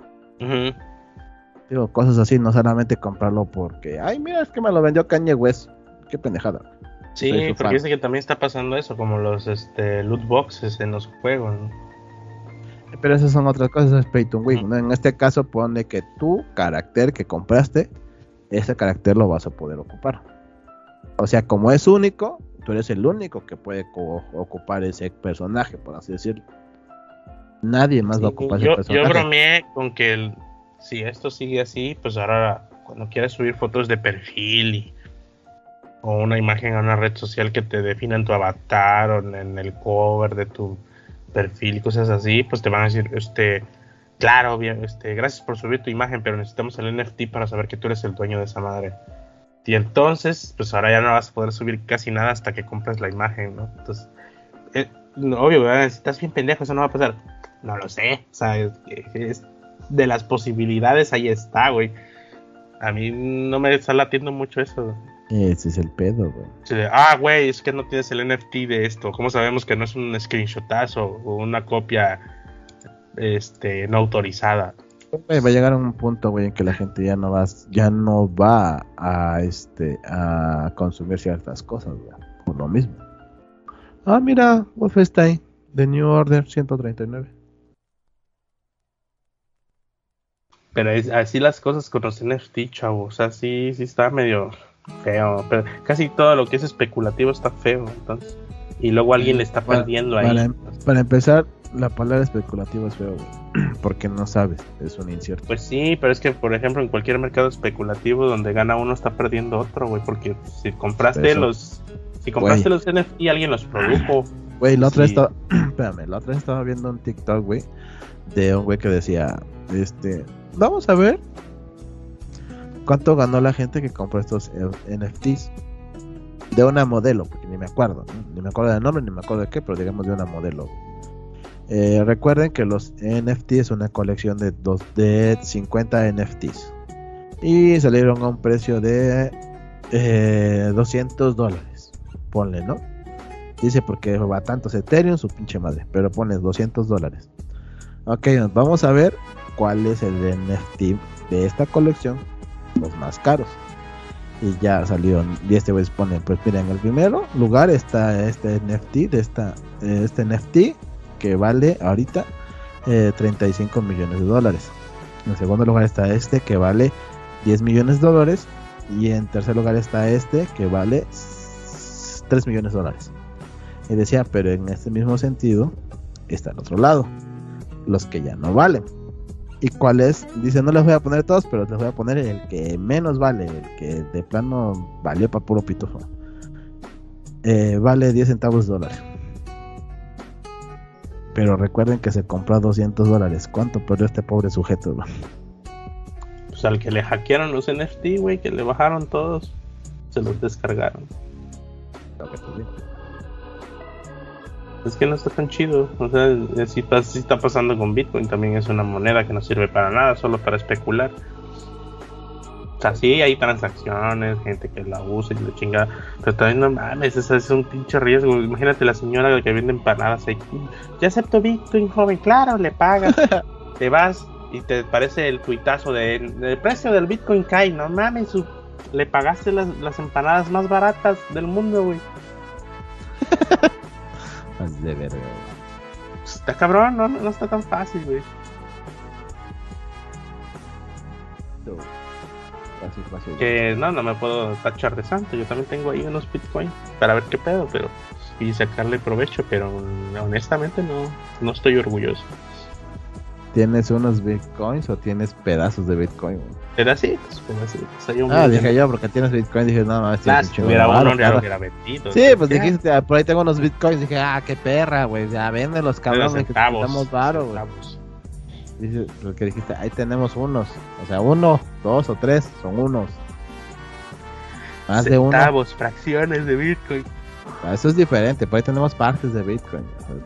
Digo, cosas así, no solamente comprarlo porque, ay, mira, es que me lo vendió Kanye West. Qué pendejada. Sí, porque dice que también está pasando eso, como los loot boxes en los juegos, ¿no? Pero esas son otras cosas, es pay to win, ¿no? En este caso pone que tu carácter que compraste, ese carácter lo vas a poder ocupar. O sea, como es único, tú eres el único que puede ocupar ese personaje, por así decirlo. Nadie más va a ocupar ese personaje. Yo bromeé con que si esto sigue así, pues ahora cuando quieras subir fotos de perfil o una imagen a una red social que te defina en tu avatar o en el cover de tu perfil y cosas así, pues te van a decir, claro, bien, gracias por subir tu imagen, pero necesitamos el NFT para saber que tú eres el dueño de esa madre. Y entonces, pues ahora ya no vas a poder subir casi nada hasta que compres la imagen, ¿no? Entonces, obvio, ¿verdad? Si estás bien pendejo, eso no va a pasar. No lo sé, o sea, es de las posibilidades, ahí está, güey. A mí no me está latiendo mucho eso. Ese es el pedo, güey. Güey, es que no tienes el NFT de esto. ¿Cómo sabemos que no es un screenshotazo o una copia no autorizada? Va a llegar a un punto, güey, en que la gente ya no va a consumir ciertas cosas, güey, por lo mismo. Mira, Wolfenstein, The New Order 139. Pero así las cosas con los NFT, chavo. O sea, sí está medio feo. Pero casi todo lo que es especulativo está feo, entonces. Y luego alguien le está perdiendo ahí. Para empezar, La palabra especulativo es feo, güey, porque no sabes, es un incierto. Pues sí, pero es que, por ejemplo, en cualquier mercado especulativo donde gana uno está perdiendo otro, güey, porque si compraste los NFT, alguien los produjo. Güey, la otra vez estaba viendo un TikTok, güey, de un güey que decía, vamos a ver cuánto ganó la gente que compró estos NFTs de una modelo, porque ni me acuerdo del nombre, ni me acuerdo de qué, pero digamos de una modelo. Recuerden que los NFT es una colección de 50 NFTs y salieron a un precio de $200, ponle, ¿no? Dice porque va tantos Ethereum, su pinche madre, pero pones $200. Ok, vamos a ver cuál es el NFT de esta colección, los más caros. Y ya salieron, y este güey pone, pues mira, en el primer lugar está este NFT de este NFT que vale ahorita $35 millones. En segundo lugar está este que vale $10 millones. Y en tercer lugar está este que vale $3 millones. Y decía, pero en este mismo sentido está el otro lado, los que ya no valen. ¿Y cuál es? Dice, no les voy a poner todos, pero les voy a poner el que menos vale, el que de plano valió para puro pitufo. Vale 10 centavos dólares. Pero recuerden que se compró a $200. ¿Cuánto perdió este pobre sujeto, güey? Pues al que le hackearon los NFT, güey, que le bajaron todos, se los descargaron. Es que no está tan chido. O sea, sí está pasando con Bitcoin. También es una moneda que no sirve para nada, solo para especular. O sea, sí hay transacciones, gente que la usa y la chingada, pero también no mames, eso es un pinche riesgo. Imagínate la señora que vende empanadas ahí. Ya acepto Bitcoin, joven, claro, le pagas. Te vas y te parece el tuitazo el precio del Bitcoin cae. No mames, le pagaste las empanadas más baratas del mundo, güey. De verga, güey. Está cabrón, no está tan fácil, güey. Que no me puedo tachar de santo. Yo también tengo ahí unos Bitcoin para ver qué pedo, pero y sacarle provecho, pero honestamente no estoy orgulloso. ¿Tienes unos Bitcoins o tienes pedazos de Bitcoin? Pedacitos. Dije yo, porque tienes Bitcoin, dije, no, si hubiera uno, ya lo hubiera vendido. Sí, pues dijiste, por ahí tengo unos Bitcoins, dije, qué perra, güey, ya venden los cabrones que estamos varos, güey. Dice, porque dijiste, ahí tenemos unos, o sea, 1, 2 o 3, son unos. Más de uno. Centavos, fracciones de Bitcoin. Eso es diferente, por ahí tenemos partes de Bitcoin.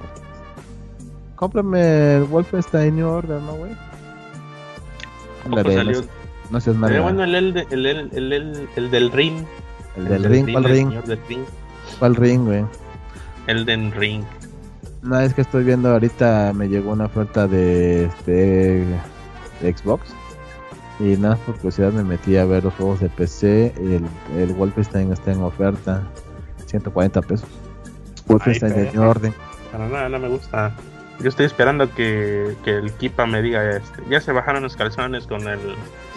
Cómprame el Wolfenstein New Order, ¿no, güey? No seas mal. Bueno, el del Ring. ¿El del Ring? ¿Cuál Ring? ¿Cuál Ring, güey? Elden Ring. No, es que estoy viendo ahorita, me llegó una oferta de Xbox. Y nada, por curiosidad me metí a ver los juegos de PC. El Wolfenstein está en oferta, $140. Wolfenstein de New Order. Para nada, no me gusta. Yo estoy esperando que el Kipa me diga, ya se bajaron los calzones con el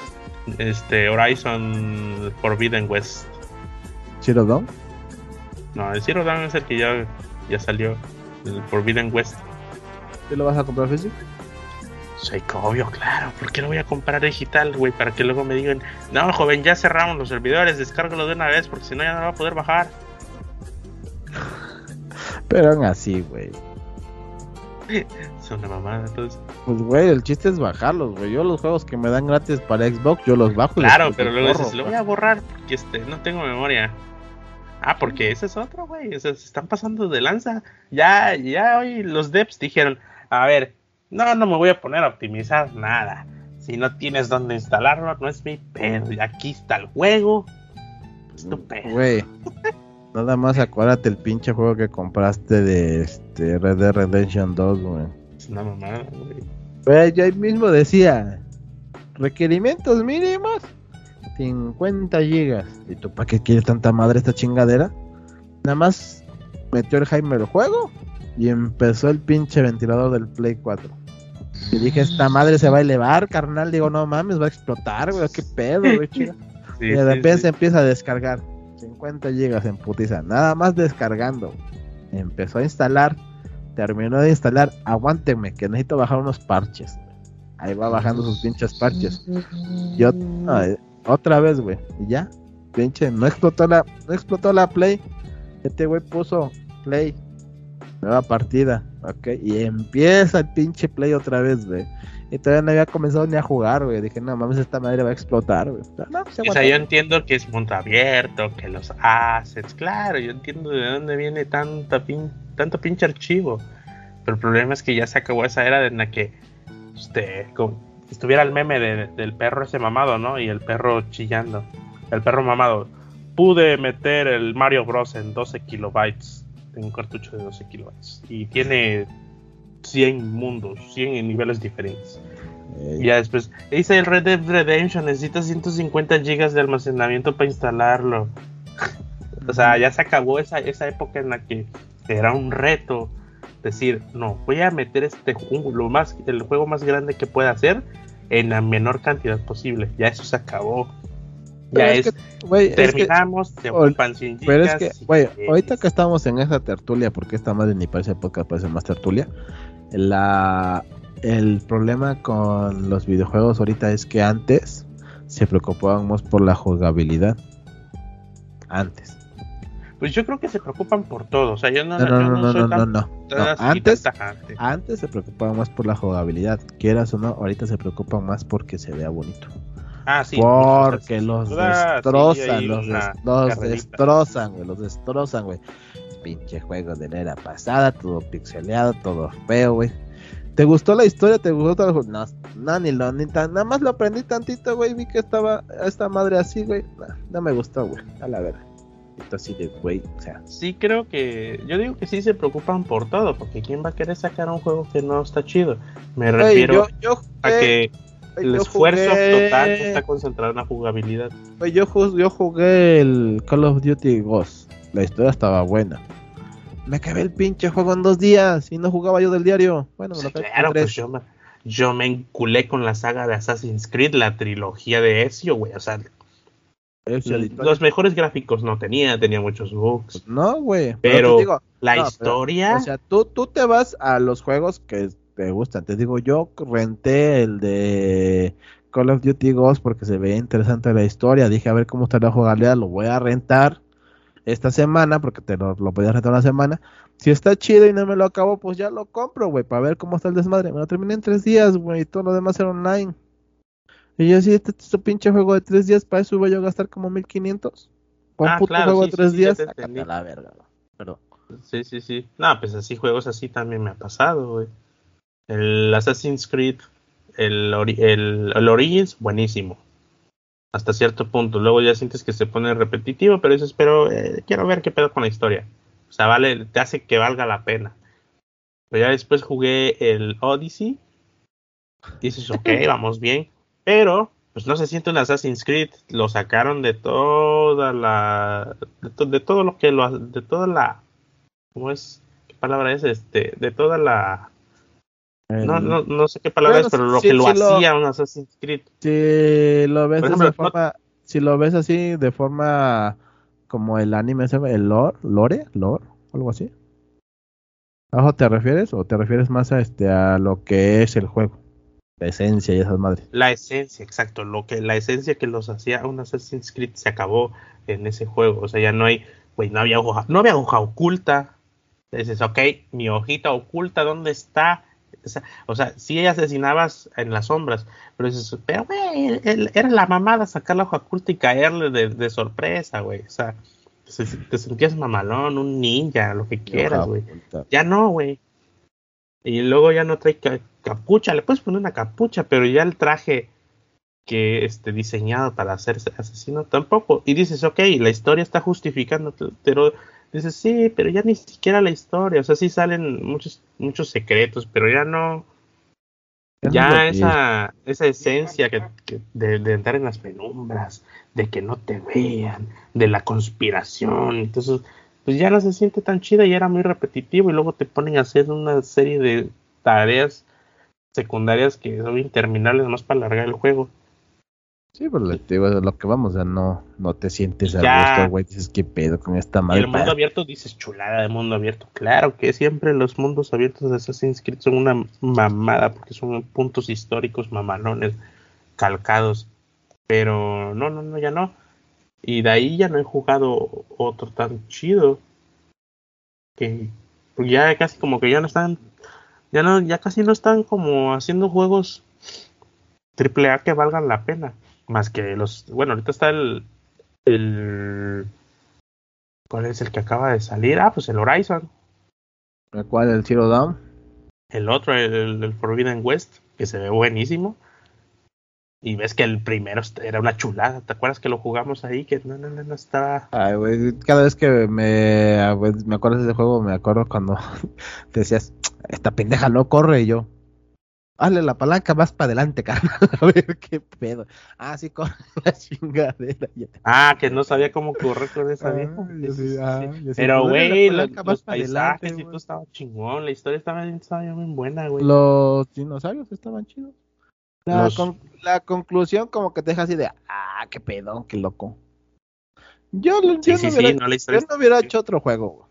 Horizon Forbidden West. ¿Zero Dawn? No, el Zero Dawn es el que ya salió, el Forbidden West. ¿Te lo vas a comprar físico? Soy obvio, claro. ¿Por qué lo voy a comprar digital, güey? Para que luego me digan, no, joven, ya cerramos los servidores, descárgalo de una vez, porque si no ya no va a poder bajar. Pero aún así, güey. Es una mamada, entonces. Pues, güey, el chiste es bajarlos, güey. Yo los juegos que me dan gratis para Xbox, yo los bajo. Claro, pero luego dices, lo voy a borrar porque no tengo memoria. Porque ese es otro, güey. Se están pasando de lanza. Ya hoy los devs dijeron, a ver, no me voy a poner a optimizar nada. Si no tienes dónde instalarlo, no es mi pedo. Y aquí está el juego. Es tu pedo. Güey. Nada más acuérdate el pinche juego que compraste de Red Dead Redemption 2, güey. Es una mamada, güey. Güey, yo ahí mismo decía, requerimientos mínimos, 50 gigas. ¿Y tú para qué quieres tanta madre esta chingadera? Nada más metió el Jaime el juego y empezó el pinche ventilador del Play 4. Y dije, esta madre se va a elevar, carnal. Digo, no mames, va a explotar, güey, qué pedo, güey, chica. Sí, y de repente se empieza a descargar. 50 gigas en putiza, nada más descargando. Empezó a instalar terminó de instalar, aguántenme, que necesito bajar unos parches. Ahí va bajando sus pinches parches. Yo, otra vez, güey, y ya, pinche, no explotó la Play. Este güey puso Play, nueva partida, ok, y empieza el pinche Play otra vez, güey. Y todavía no había comenzado ni a jugar, güey. Dije, no mames, esta madre va a explotar, güey. No, o sea, yo entiendo que es mundo abierto, que los assets, claro, yo entiendo de dónde viene tanto pinche archivo. Pero el problema es que ya se acabó esa era en la que estuviera el meme del perro ese mamado, ¿no? Y el perro chillando. El perro mamado. Pude meter el Mario Bros. En 12 kilobytes. En un cartucho de 12 kilobytes. Y tiene 100 mundos, 100 niveles diferentes. Y ya después, dice el Red Dead Redemption, necesita 150 gigas de almacenamiento para instalarlo. O sea, ya se acabó esa época en la que era un reto decir, no, voy a meter el juego más grande que pueda hacer en la menor cantidad posible. Ya eso se acabó. Ya terminamos, se ocupan 100 gigas. Pero es que, güey, ahorita que estamos en esa tertulia, porque esta madre ni parece podcast, parece más tertulia. El problema con los videojuegos ahorita es que antes se preocupábamos por la jugabilidad. Antes. Pues yo creo que se preocupan por todo. O sea, yo no. Antes se preocupaban más por la jugabilidad. Quieras o no, ahorita se preocupan más porque se vea bonito. Ah, sí. Porque los destrozan, los destrozan, güey. Pinche juego de la era pasada, todo pixeleado, todo feo, güey. ¿Te gustó la historia? ¿Te gustó todo el juego? No, nada más lo aprendí tantito, güey. Vi que estaba esta madre así, güey. No me gustó, güey. A la verdad. Esto así de, güey, o sea. Sí, creo que. Yo digo que sí se preocupan por todo. Porque ¿quién va a querer sacar un juego que no está chido? Me refiero a que el esfuerzo total está concentrado en la jugabilidad. Yo jugué el Call of Duty Ghost. La historia estaba buena. Me acabé el pinche juego en 2 días y no jugaba yo del diario. Bueno, sí, claro, pues yo me enculé con la saga de Assassin's Creed, la trilogía de Ezio, güey. O sea, los mejores gráficos no tenía muchos bugs. Pues no, güey. Pero digo, la historia. Pero, o sea, tú te vas a los juegos que te gustan. Te digo, yo renté el de Call of Duty Ghost porque se veía interesante la historia. Dije, a ver cómo está la jugabilidad, lo voy a rentar esta semana, porque lo podía rentar una semana. Si está chido y no me lo acabo, pues ya lo compro, güey, para ver cómo está el desmadre. Me lo terminé en 3 días, güey, y todo lo demás era online. Y yo, sí, este pinche juego de 3 días, para eso voy yo a gastar como 1500. Con un puto juego de 3 días, sácate a la verga, pero... Sí. No, pues así, juegos así también me ha pasado, güey. El Assassin's Creed, el Origins, buenísimo. Hasta cierto punto, luego ya sientes que se pone repetitivo, pero dices, quiero ver qué pedo con la historia. O sea, te hace que valga la pena. Pero ya después jugué el Odyssey. Y dices, ok, vamos bien. Pero, pues no se siente un Assassin's Creed. Lo sacaron de toda la... De todo lo que lo... De toda la... ¿Cómo es? ¿Qué palabra es? De toda la... No sé qué palabra es, pero lo hacía un Assassin's Creed. Si lo ves de forma, si lo ves así de forma como el anime, el lore, algo así. ¿A eso te refieres? ¿O te refieres más a lo que es el juego? La esencia y esas madres. La esencia, exacto. La esencia que los hacía un Assassin's Creed se acabó en ese juego. O sea, ya no hay, güey, no había hoja oculta. Dices, ok, mi hojita oculta, ¿dónde está? O sea, sí asesinabas en las sombras, pero dices, pero güey, era la mamada sacar la hoja oculta y caerle de sorpresa, güey. O sea, te sentías mamalón, un ninja, lo que quieras, güey. Ya no, güey. Y luego ya no trae capucha, le puedes poner una capucha, pero ya el traje que diseñado para hacerse asesino tampoco. Y dices, ok, la historia está justificando, pero dices, sí, pero ya ni siquiera la historia. O sea, sí salen muchos secretos, pero ya no. Ya esa esencia de entrar en las penumbras, de que no te vean, de la conspiración. Entonces, pues ya no se siente tan chida y era muy repetitivo. Y luego te ponen a hacer una serie de tareas secundarias que son interminables, más para alargar el juego. Sí, pero te digo, lo que vamos, o sea, no te sientes a Ya, gusto, güey, dices, ¿qué pedo con esta y madre? el mundo abierto, dices chulada de mundo abierto. Claro que siempre los mundos abiertos de Assassin's Creed son una mamada, porque son puntos históricos mamalones, calcados. Pero no, ya no. Y de ahí ya no he jugado otro tan chido. Que pues ya casi como que ya no están, ya casi no están como haciendo juegos triple A que valgan la pena. Más que bueno, ahorita está el, ¿cuál es el que acaba de salir? Ah, pues el Horizon. ¿El cual? ¿El Zero Dawn? El otro, el Forbidden West, que se ve buenísimo. Y ves que el primero era una chulada. ¿Te acuerdas que lo jugamos ahí? Que no estaba. Ay, güey, cada vez que me acuerdo de ese juego, me acuerdo cuando decías, esta pendeja no corre, y yo, hazle la palanca más para adelante, carnal, a ver qué pedo. Ah, sí, corre la chingadera. Ah, que no sabía cómo correr con esa vieja. Yo sí, yo sí, Pero, pues dale la güey, palanca más los para adelante, paisajes y todo güey. estaba chingón. La historia estaba bien buena, güey. Los dinosaurios estaban chidos. Los. La conclusión como que te deja así de, qué pedo, qué loco. Sí, no, la Yo historia. no hubiera hecho otro juego, güey.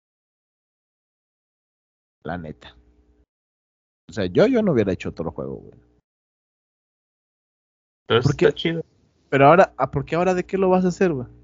La neta. O sea, yo no hubiera hecho otro juego, güey. Pero ¿Por está qué? chido. Pero ahora, ¿por qué ahora de qué lo vas a hacer, güey?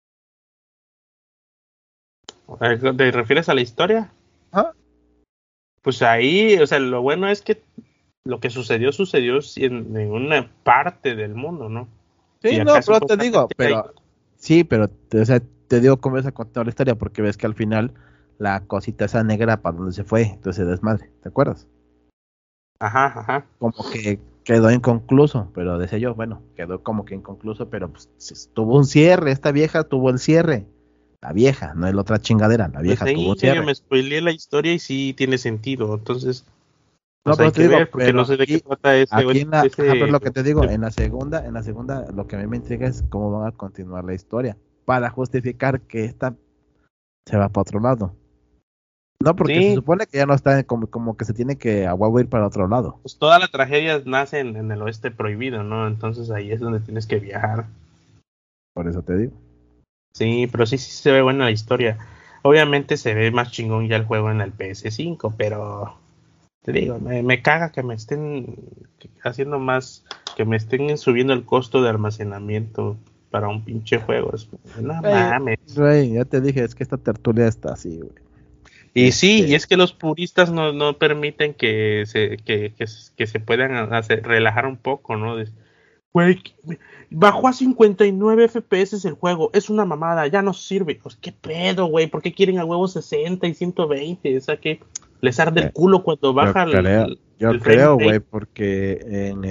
¿Te refieres a la historia? ¿Ah? Pues ahí, o sea, lo bueno es que lo que sucedió en una parte del mundo, ¿no? Sí, Y no, acá pero te digo, supuestamente hay. sí, o sea, te digo cómo es a contar la historia, porque ves que al final la cosita esa negra para dónde se fue, entonces desmadre, ¿te acuerdas? Ajá. Como que quedó inconcluso, pero decía yo, bueno, quedó como que inconcluso, pero pues tuvo un cierre, esta vieja tuvo el cierre, la vieja, no es la otra chingadera, la Pues vieja tuvo ahí un medio cierre. me spoileé la historia y sí tiene sentido. Entonces, No, pues pero hay te que digo, ver, porque pero no sé de qué trata ese. aquí en la, ajá, pero ese lo que te digo, en la segunda, lo que a mí me intriga es cómo van a continuar la historia, para justificar que esta se va para otro lado. No, porque se sí, supone que ya no está como que se tiene que a huevo ir para otro lado. pues toda la tragedia nace en el oeste prohibido, ¿no? Entonces ahí es donde tienes que viajar. Por eso te digo. Sí, pero sí se ve buena la historia. Obviamente se ve más chingón ya el juego en el PS5, pero te digo, me caga que me estén haciendo más, que me estén subiendo el costo de almacenamiento para un pinche juego. No mames. Güey, ya te dije, es que esta tertulia está así, güey. Y sí, y Este, es que los puristas no permiten que se puedan relajar un poco, ¿no? Güey, bajó a 59 FPS el juego, es una mamada, ya no sirve. Pues, ¿qué pedo, güey? ¿Por qué quieren a huevo 60 y 120? O sea, que les arde el eh, culo cuando baja yo el frame creo, güey, rate. porque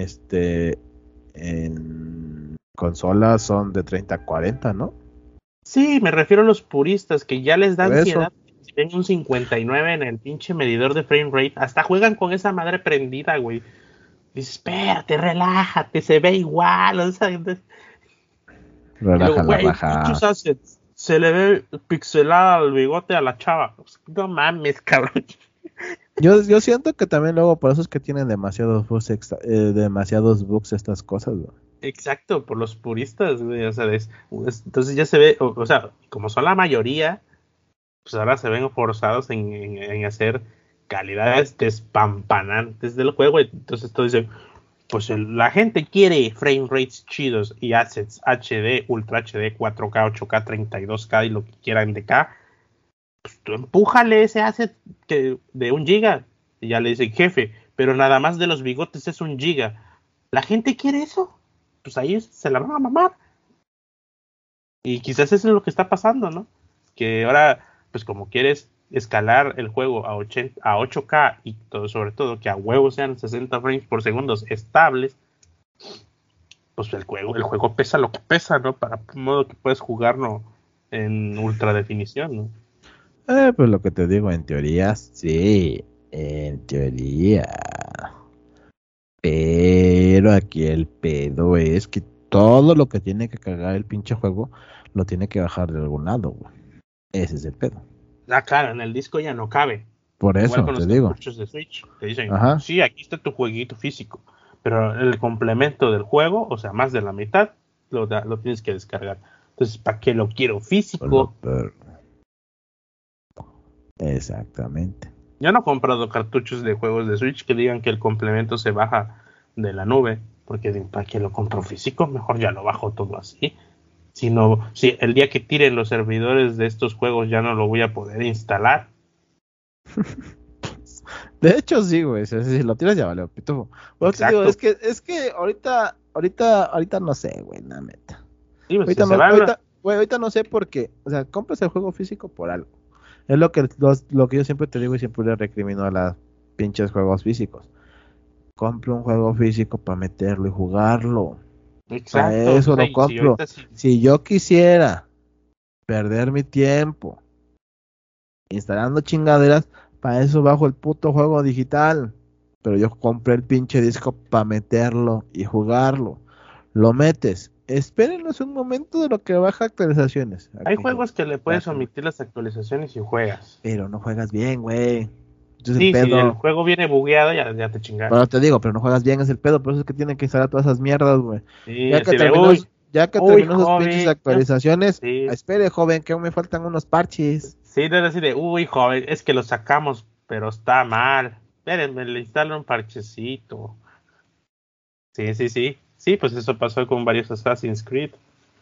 en consolas son de 30 a 40, ¿no? Sí, me refiero a los puristas que ya les da Por eso. ansiedad. Si ven un 59 en el pinche medidor de frame rate, hasta juegan con esa madre prendida, güey. Dices, espérate, relájate, se ve igual. O sea, y luego, Relaja la güey, raja. muchos assets. Se le ve pixelada el bigote a la chava. Pues, no mames, cabrón. Yo siento que también luego por eso es que tienen demasiados bugs estas cosas, güey. Exacto, por los puristas, güey. O sea, entonces ya se ve, o sea, como son la mayoría, pues ahora se ven forzados en hacer calidades despampanantes del juego. Entonces todo dice, pues la gente quiere frame rates chidos y assets HD, Ultra HD, 4K, 8K, 32K y lo que quieran de K. Pues tú empújale ese asset de 1 GB. Y ya le dicen, jefe, pero nada más de los bigotes es 1 GB. ¿La gente quiere eso? Pues ahí se la van a mamar. Y quizás eso es lo que está pasando, ¿no? Que ahora, pues como quieres escalar el juego a 8K y sobre todo que a huevo sean 60 frames por segundo estables, pues el juego pesa lo que pesa, ¿no? Para modo que puedes jugarlo en ultra definición, ¿no? Pues lo que te digo, en teoría, sí. En teoría. Pero aquí el pedo es que todo lo que tiene que cargar el pinche juego lo tiene que bajar de algún lado, güey. Ese es el pedo. Ah, claro, en el disco ya no cabe. Por Igual eso con te los digo. cartuchos de Switch. Te dicen, Ajá. sí, aquí está tu jueguito físico. pero el complemento del juego, o sea, más de la mitad, lo tienes que descargar. Entonces, ¿para qué lo quiero físico? Exactamente. Yo no he comprado cartuchos de juegos de Switch que digan que el complemento se baja de la nube, porque ¿para qué lo compro físico? Mejor ya lo bajo todo así. Si el día que tiren los servidores de estos juegos ya no lo voy a poder instalar. De hecho, sí, güey. Si lo tiras ya vale, pitufo. Bueno, te digo, es que ahorita no sé, güey, la neta. Sí, pues ahorita no sé por qué. O sea, compras el juego físico por algo. Es lo que yo siempre te digo y siempre le recrimino a las pinches juegos físicos. Compro un juego físico para meterlo y jugarlo. Exacto. Para eso lo compro. Si yo quisiera perder mi tiempo instalando chingaderas, para eso bajo el puto juego digital. Pero yo compré el pinche disco para meterlo y jugarlo. Lo metes. Espérenos un momento de lo que baja actualizaciones. Hay juegos que le puedes omitir las actualizaciones y juegas. Pero no juegas bien, güey. Sí, si el juego viene bugueado, ya te chingaste. Pero te digo, pero no juegas bien, es el pedo. Por eso es que tienen que instalar todas esas mierdas, güey. Sí, ya que terminó esas pinches actualizaciones, espere, joven, que aún me faltan unos parches. Sí, no es así de, joven, es que lo sacamos, pero está mal. Espérenme, le instalo un parchecito. Sí. Sí, pues eso pasó con varios Assassin's Creed.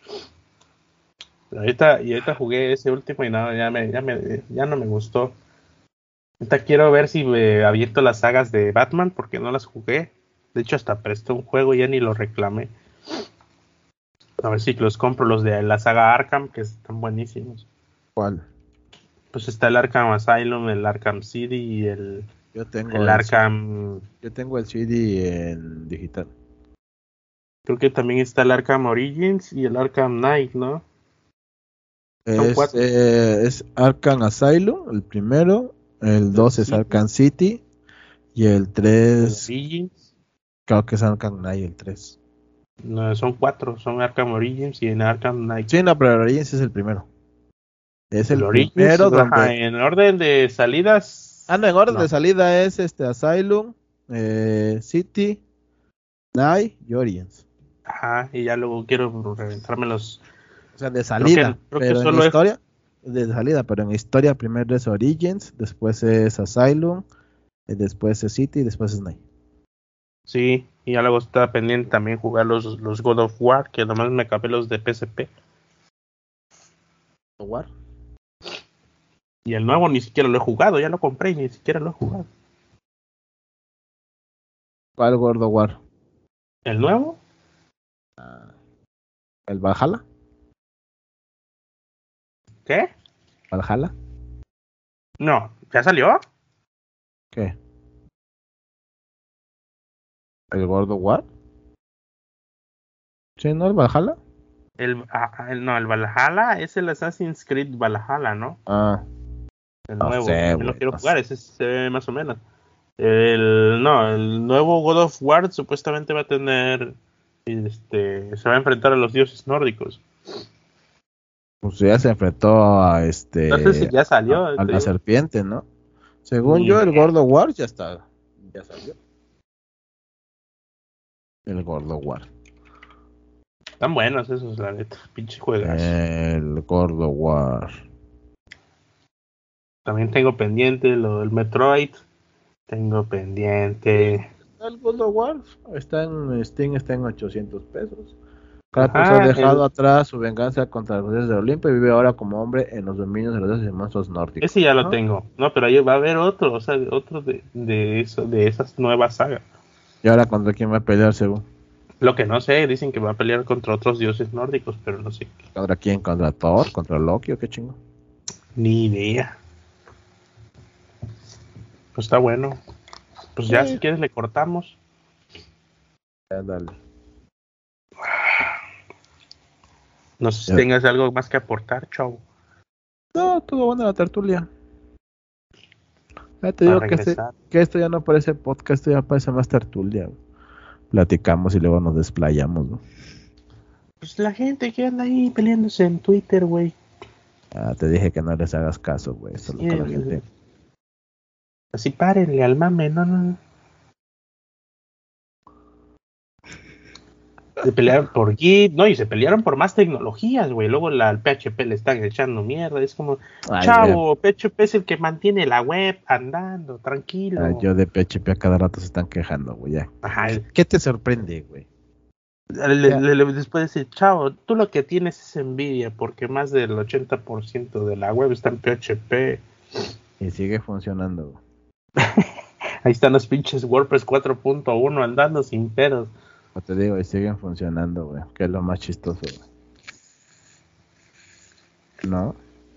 Ahorita jugué ese último y no, ya no me gustó. Ahorita quiero ver si me aviento las sagas de Batman, porque no las jugué. De hecho, hasta presté un juego y ya ni lo reclamé. A ver si los compro, los de la saga Arkham, que están buenísimos. ¿Cuál? Pues está el Arkham Asylum, el Arkham City y el Arkham... Yo tengo el CD en digital. Creo que también está el Arkham Origins y el Arkham Knight, ¿no? Es Arkham Asylum, el primero. El 2 es Arkham City. Y el 3... Origins. Creo que es Arkham Knight el 3. No, son 4. Son Arkham Origins y en Arkham Knight. Sí, no, pero el Origins es el primero. Es el Origins, primero donde... en orden de salidas... no, en orden de salida es Asylum, City, Knight y Origins. Ajá, y ya luego quiero reventarme los... O sea, de salida, creo que pero en historia... De salida, pero en historia primero es Origins, después es Asylum, después es City y después es Knight. Sí, y ya luego está pendiente también jugar los God of War, que nomás me acabé los de PSP. ¿War? Y el nuevo ni siquiera lo he jugado, ya lo compré y ni siquiera lo he jugado. ¿Cuál God of War? ¿El nuevo? ¿El Valhalla? ¿Qué? ¿Valhalla? No, ¿ya salió? ¿Qué? ¿El God of War? ¿Sí, no el Valhalla? El Valhalla es el Assassin's Creed Valhalla, ¿no? El nuevo, también lo quiero jugar, ese se ve más o menos. El nuevo God of War supuestamente va a tener, se va a enfrentar a los dioses nórdicos. Pues ya se enfrentó a no sé si ya salió. A la serpiente, ¿no? Según yo, el God of War ya salió. El God of War. Están buenos esos, la neta, pinche juegas. El God of War. También tengo pendiente lo del Metroid. Tengo pendiente. El God of War está en Steam, está en 800 pesos. Kratos ha dejado atrás su venganza contra los dioses del Olimpo y vive ahora como hombre en los dominios de los dioses y monstruos nórdicos. Ese ya lo tengo. No, pero ahí va a haber otro, o sea, otro de esas nuevas sagas. ¿Y ahora contra quién va a pelear, según? Lo que no sé, dicen que va a pelear contra otros dioses nórdicos, pero no sé. ¿Contra quién? ¿Contra Thor? ¿Contra Loki o qué chingo? Ni idea. Pues está bueno. Pues ya, si quieres le cortamos. Ya, dale. No sé si tengas algo más que aportar, chavo. No, todo bueno la tertulia. Ya te digo que esto ya no parece podcast, esto ya parece más tertulia. Platicamos y luego nos desplayamos, ¿no? Pues la gente que anda ahí peleándose en Twitter, güey. Te dije que no les hagas caso, güey. Eso es lo que la gente... Así párenle al mame, no. Se pelearon por Git, no, y se pelearon por más tecnologías, güey. Luego al PHP le están echando mierda. Es como, Ay, güey, chavo, PHP es el que mantiene la web andando, tranquilo. yo de PHP a cada rato se están quejando, güey, ya. Ajá. ¿Qué te sorprende, güey? Ya. Después decir, chavo, tú lo que tienes es envidia, porque más del 80% de la web está en PHP. Y sigue funcionando, güey. Ahí están los pinches WordPress 4.1 andando sin pedos. Como te digo, y siguen funcionando, güey. Que es lo más chistoso, güey. ¿No?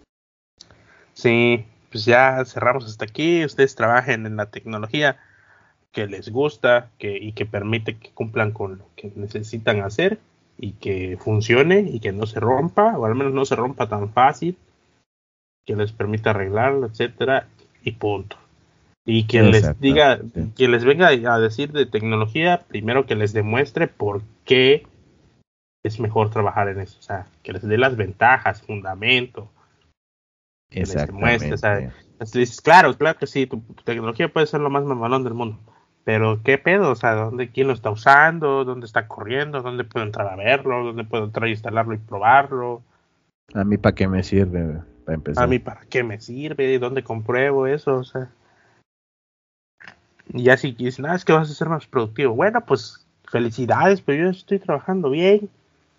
Sí, pues ya cerramos hasta aquí. Ustedes trabajen en la tecnología que les gusta y que permite que cumplan con lo que necesitan hacer y que funcione y que no se rompa, o al menos no se rompa tan fácil, que les permita arreglarlo, etcétera, y punto. Y quien les diga, quien les venga a decir de tecnología, primero que les demuestre por qué es mejor trabajar en eso, o sea, que les dé las ventajas, fundamento, que les demuestre, o sea, entonces dices, claro que sí, tu tecnología puede ser lo más mamalón del mundo, pero qué pedo, o sea, quién lo está usando, dónde está corriendo, dónde puedo entrar a verlo, dónde puedo entrar a instalarlo y probarlo. A mí para qué me sirve, güey, para empezar. A mí para qué me sirve, dónde compruebo eso, o sea. Y ya si dicen, es que vas a ser más productivo. Bueno, pues felicidades, pero yo estoy trabajando bien.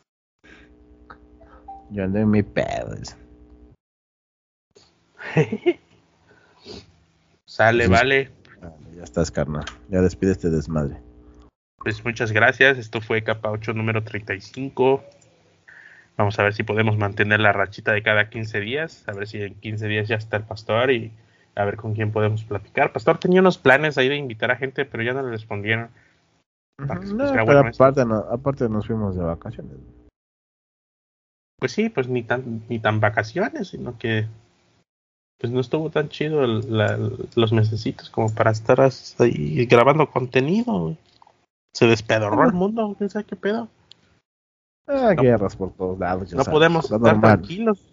Yo ando en mi pedo. Sale, pues vale. Ya estás, carnal. Ya despide este desmadre. Pues muchas gracias. Esto fue Capa 8 número 35. Vamos a ver si podemos mantener la rachita de cada 15 días. A ver si en 15 días ya está el pastor y a ver con quién podemos platicar. Pastor tenía unos planes ahí de invitar a gente, pero ya no le respondieron. No, pero aparte nos fuimos de vacaciones. Pues sí, pues ni tan vacaciones, sino que pues no estuvo tan chido los mesecitos como para estar ahí grabando contenido, güey. Se despedorró el mundo, ¿quién sabe qué pedo? Guerras por todos lados. No podemos estar tranquilos.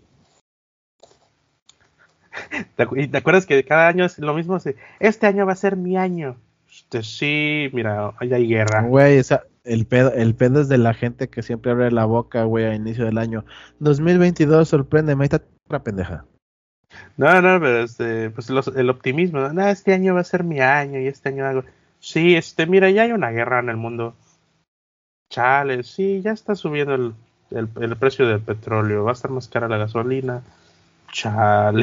¿Te acuerdas que cada año es lo mismo? Este año va a ser mi año. Sí, mira, ahí hay guerra. Güey, el pedo es de la gente que siempre abre la boca, güey, a inicio del año. 2022, sorpréndeme, ahí está otra pendeja. No, pero pues el optimismo, ¿no? Este año va a ser mi año y este año hago. Sí, mira, ya hay una guerra en el mundo. Chale, sí, ya está subiendo el precio del petróleo, va a estar más cara la gasolina. Chale.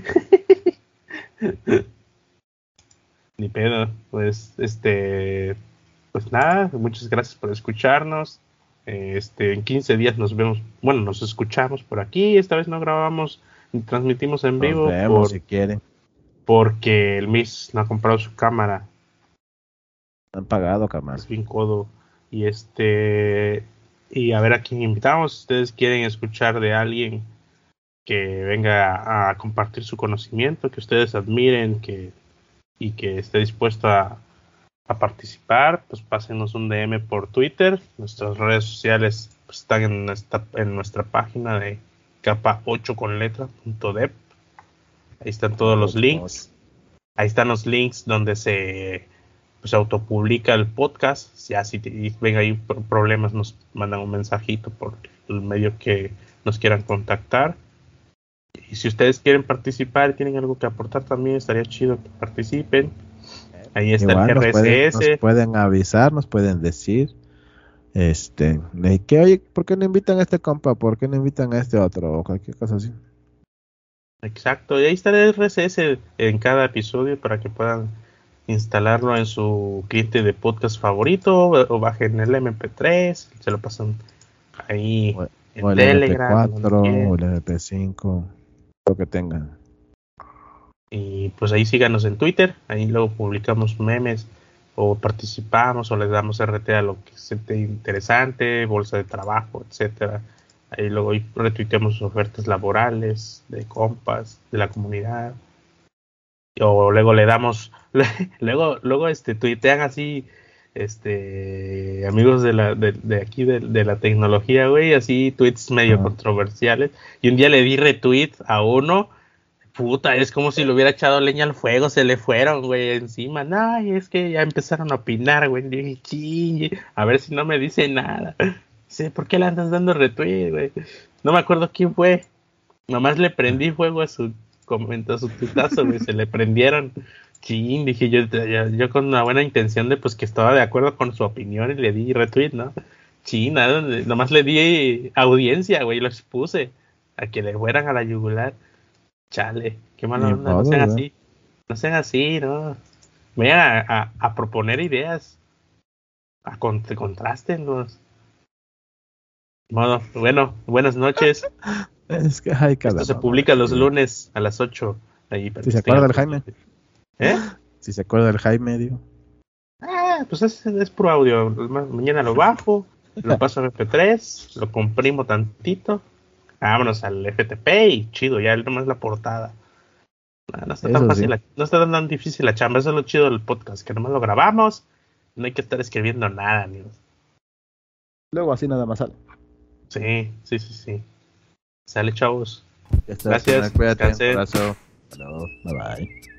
Ni pedo, pues, pues nada, muchas gracias por escucharnos. En 15 días nos vemos, bueno, nos escuchamos por aquí. Esta vez no grabamos ni transmitimos en vivo. Nos vemos si quieren. Porque el Miss no ha comprado su cámara. Han pagado, carnal. Es bien codo. Y y a ver a quién invitamos. Si ustedes quieren escuchar de alguien que venga a compartir su conocimiento, que ustedes admiren, y que esté dispuesto a participar, pues pásenos un DM por Twitter. Nuestras redes sociales pues, están en nuestra página de capa8conletra.dev. Ahí están todos los links. Ahí están los links donde se autopublica el podcast. Ya si ven ahí problemas, nos mandan un mensajito por el medio que nos quieran contactar. Y si ustedes quieren participar y tienen algo que aportar también, estaría chido que participen. Ahí está igual, el RSS. Nos pueden avisar, nos pueden decir que oye, ¿por qué no invitan a este compa? ¿Por qué no invitan a este otro? O cualquier cosa así. Exacto, y ahí está el RSS en cada episodio para que puedan instalarlo en su cliente de podcast favorito o bajen el MP3, se lo pasan ahí o el Telegram, MP4 o el MP5, lo que tengan. Y pues ahí síganos en Twitter, ahí luego publicamos memes o participamos o les damos RT a lo que se te interesante, bolsa de trabajo, etcétera. Ahí luego retuiteamos ofertas laborales de compas de la comunidad. O luego le damos, luego tuitean así, amigos de aquí de la tecnología, güey, así tweets medio controversiales. Y un día le di retweet a uno Puta, es como si le hubiera echado leña al fuego, se le fueron, güey, encima. No, y es que ya empezaron a opinar, güey. Dije, chingue, a ver si no me dice nada. Dice, ¿por qué le andas dando retweet, güey? No me acuerdo quién fue. Nomás le prendí fuego a su comento, a su tuitazo, güey, se le prendieron. Chin, dije yo con una buena intención de pues que estaba de acuerdo con su opinión y le di retweet, ¿no? Chin, nada, nomás le di audiencia, güey, y lo expuse a que le fueran a la yugular. Chale, qué mala onda, no sean así. No sean así, ¿no? Vayan a proponer ideas. Contrastenlos. Modo, bueno, buenas noches. Es que hay cada Esto se publica los lunes a las 8. Ahí, si se acuerda del Jaime. ¿Eh? Si se acuerda del Jaime, digo. Pues es puro audio. Mañana lo bajo, lo paso a MP3, lo comprimo tantito. Vámonos al FTP y chido, ya nomás la portada. No está tan fácil, sí. No está tan difícil la chamba, eso es lo chido del podcast, que nomás lo grabamos, no hay que estar escribiendo nada, amigos. Luego así nada más sale. Sí. Sale, chavos. Gracias. Cuídate. Un abrazo. Hello. Bye bye.